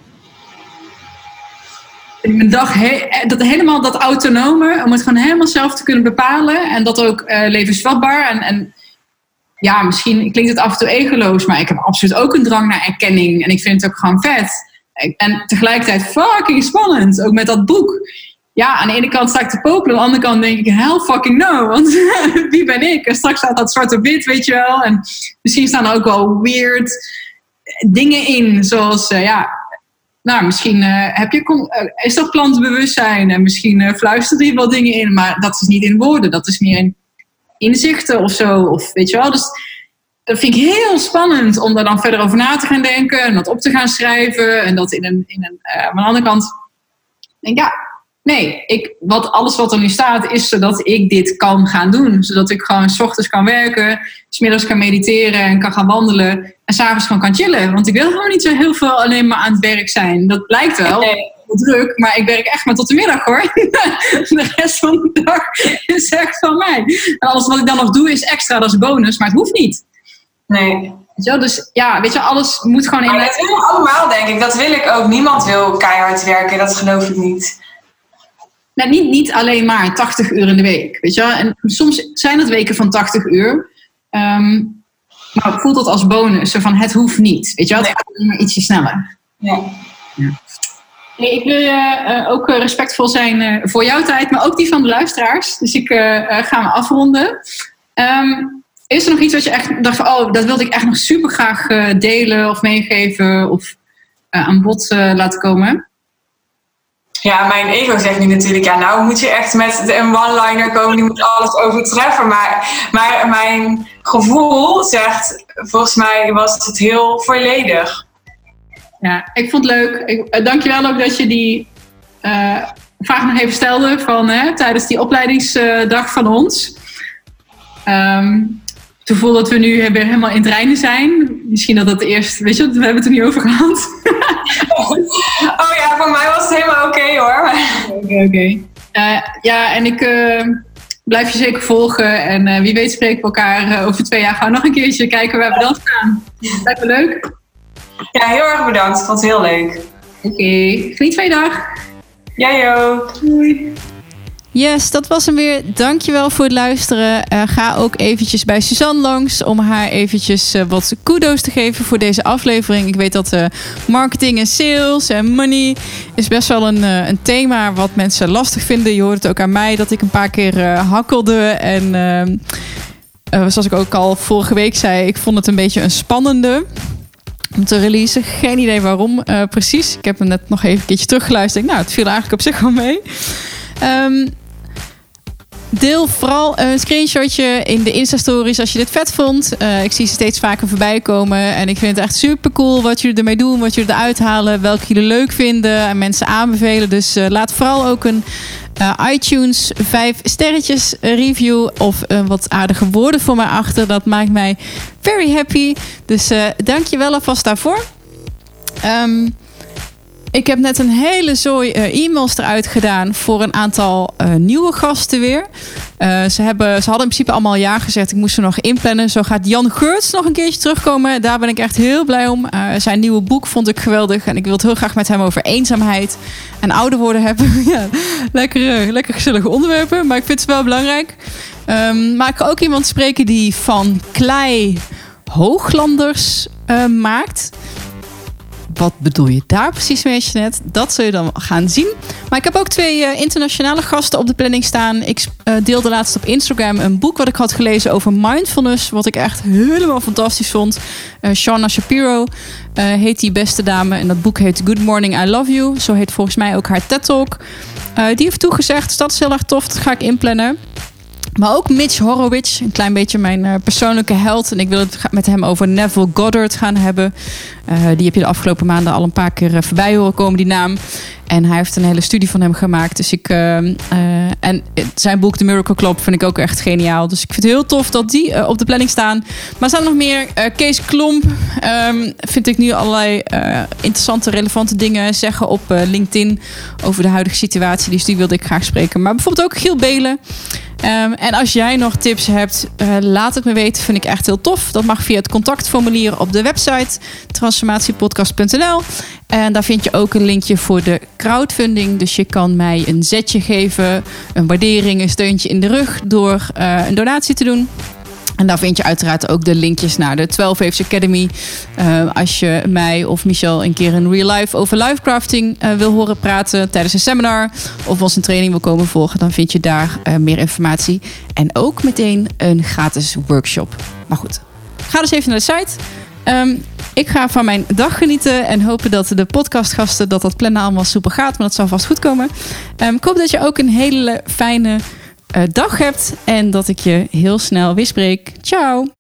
mijn dag, he, dat helemaal dat autonome, om het gewoon helemaal zelf te kunnen bepalen. En dat ook uh, levensvatbaar. En, en ja, misschien klinkt het af en toe egoloos, maar ik heb absoluut ook een drang naar erkenning. En ik vind het ook gewoon vet. En tegelijkertijd fucking spannend, ook met dat boek. Ja, aan de ene kant sta ik te popelen, aan de andere kant denk ik, hell fucking no. Want wie ben ik? En straks staat dat zwart op wit, weet je wel. En misschien staan er ook wel weird dingen in, zoals, uh, ja... Nou, misschien uh, heb je, uh, is dat klantbewustzijn en misschien uh, fluistert er wel dingen in, maar dat is niet in woorden, dat is meer in inzichten of zo, of weet je wel. Dus dat vind ik heel spannend om daar dan verder over na te gaan denken en dat op te gaan schrijven en dat in een, in een uh, aan de andere kant denk ik, ja, nee, ik, wat, alles wat er nu staat is zodat ik dit kan gaan doen, zodat ik gewoon 's ochtends kan werken, 's middags kan mediteren en kan gaan wandelen en 's avonds gewoon kan chillen. Want ik wil gewoon niet zo heel veel alleen maar aan het werk zijn. Dat lijkt wel, nee. Druk, maar ik werk echt maar tot de middag hoor. De rest van de dag is echt van mij. En alles wat ik dan nog doe is extra, dat is bonus, maar het hoeft niet. Nee. Zo, dus ja, weet je, alles moet gewoon in. Maar dat willen we allemaal, denk ik. Dat wil ik ook. Niemand wil keihard werken, dat geloof ik niet. Nou, niet, niet alleen maar tachtig uur in de week, weet je wel. En soms zijn het weken van tachtig uur. Um, maar ik voel dat als bonus. Zo van, het hoeft niet. Weet je wel, het gaat alleen maar ietsje sneller. Ja. Ja. Nee, ik wil uh, ook respectvol zijn uh, voor jouw tijd, maar ook die van de luisteraars. Dus ik uh, uh, ga me afronden. Um, is er nog iets wat je echt dacht van, oh, dat wilde ik echt nog super graag uh, delen of meegeven of uh, aan bod uh, laten komen? Ja, mijn ego zegt nu natuurlijk, ja, nou moet je echt met een one-liner komen, die moet alles overtreffen. Maar, maar mijn gevoel zegt, volgens mij was het heel volledig. Ja, ik vond het leuk. Ik, uh, dankjewel ook dat je die uh, vraag nog even stelde van, hè, tijdens die opleidingsdag van ons. Um, het gevoel dat we nu weer helemaal in het reinen zijn. Misschien dat dat eerst, weet je, we hebben het er niet over gehad. Oh ja, voor mij was het helemaal oké okay, hoor. Oké, okay, oké. Okay. Uh, ja, en ik uh, blijf je zeker volgen. En uh, wie weet spreken we elkaar uh, over twee jaar gewoon nog een keertje kijken waar we dan staan. Lijkt me leuk. Ja, heel erg bedankt. Ik vond het heel leuk. Oké, okay. Geniet van je dag. Jij ook. Doei. Yes, dat was hem weer. Dankjewel voor het luisteren. Uh, ga ook eventjes bij Suzanne langs om haar eventjes uh, wat kudo's te geven voor deze aflevering. Ik weet dat uh, marketing en sales en money is best wel een, uh, een thema wat mensen lastig vinden. Je hoort het ook aan mij dat ik een paar keer uh, hakkelde. En uh, uh, zoals ik ook al vorige week zei, ik vond het een beetje een spannende om te releasen. Geen idee waarom uh, precies. Ik heb hem net nog even een keertje teruggeluisterd. Nou, het viel eigenlijk op zich wel mee. Um, Deel vooral een screenshotje in de Insta-stories als je dit vet vond. Uh, ik zie ze steeds vaker voorbij komen. En ik vind het echt super cool wat jullie ermee doen. Wat jullie eruit halen. Welke jullie leuk vinden. En mensen aanbevelen. Dus uh, laat vooral ook een uh, iTunes vijf sterretjes review. Of uh, wat aardige woorden voor mij achter. Dat maakt mij very happy. Dus uh, dank je wel alvast daarvoor. Um, Ik heb net een hele zooi uh, e-mails eruit gedaan voor een aantal uh, nieuwe gasten weer. Uh, ze, hebben, ze hadden in principe allemaal ja gezegd. Ik moest ze nog inplannen. Zo gaat Jan Geurts nog een keertje terugkomen. Daar ben ik echt heel blij om. Uh, zijn nieuwe boek vond ik geweldig. En ik wil het heel graag met hem over eenzaamheid en ouder worden hebben. Ja, lekker, uh, lekker gezellige onderwerpen. Maar ik vind het wel belangrijk. Um, maar ik kan ook iemand spreken die van klei hooglanders uh, maakt. Wat bedoel je daar precies mee, Jeanette? Dat zul je dan gaan zien. Maar ik heb ook twee uh, internationale gasten op de planning staan. Ik uh, deelde laatst op Instagram een boek wat ik had gelezen over mindfulness. Wat ik echt helemaal fantastisch vond. Uh, Shauna Shapiro uh, heet die beste dame. En dat boek heet Good Morning, I Love You. Zo heet volgens mij ook haar TED-talk. Uh, die heeft toegezegd, dus dat is heel erg tof. Dat ga ik inplannen. Maar ook Mitch Horowitz, een klein beetje mijn uh, persoonlijke held. En ik wil het met hem over Neville Goddard gaan hebben. Uh, die heb je de afgelopen maanden al een paar keer uh, voorbij horen komen, die naam. En hij heeft een hele studie van hem gemaakt. Dus ik, uh, uh, en zijn boek The Miracle Club vind ik ook echt geniaal. Dus ik vind het heel tof dat die uh, op de planning staan. Maar er staan nog meer. Uh, Kees Klomp um, vind ik nu allerlei uh, interessante, relevante dingen zeggen op uh, LinkedIn over de huidige situatie. Dus die wilde ik graag spreken. Maar bijvoorbeeld ook Giel Belen. Um, en als jij nog tips hebt, uh, laat het me weten. Vind ik echt heel tof. Dat mag via het contactformulier op de website transformatiepodcast punt n l. En daar vind je ook een linkje voor de crowdfunding. Dus je kan mij een zetje geven, een waardering, een steuntje in de rug door uh, een donatie te doen. En daar vind je uiteraard ook de linkjes naar de twaalf Waves Academy. Uh, als je mij of Michel een keer in real life over livecrafting uh, wil horen praten tijdens een seminar of ons een training wil komen volgen, dan vind je daar uh, meer informatie. En ook meteen een gratis workshop. Maar goed, ga dus even naar de site. Um, ik ga van mijn dag genieten en hopen dat de podcastgasten dat dat plannen allemaal soepel gaat. Maar dat zal vast goed komen. Um, ik hoop dat je ook een hele fijne Uh, dag hebt en dat ik je heel snel weer spreek. Ciao!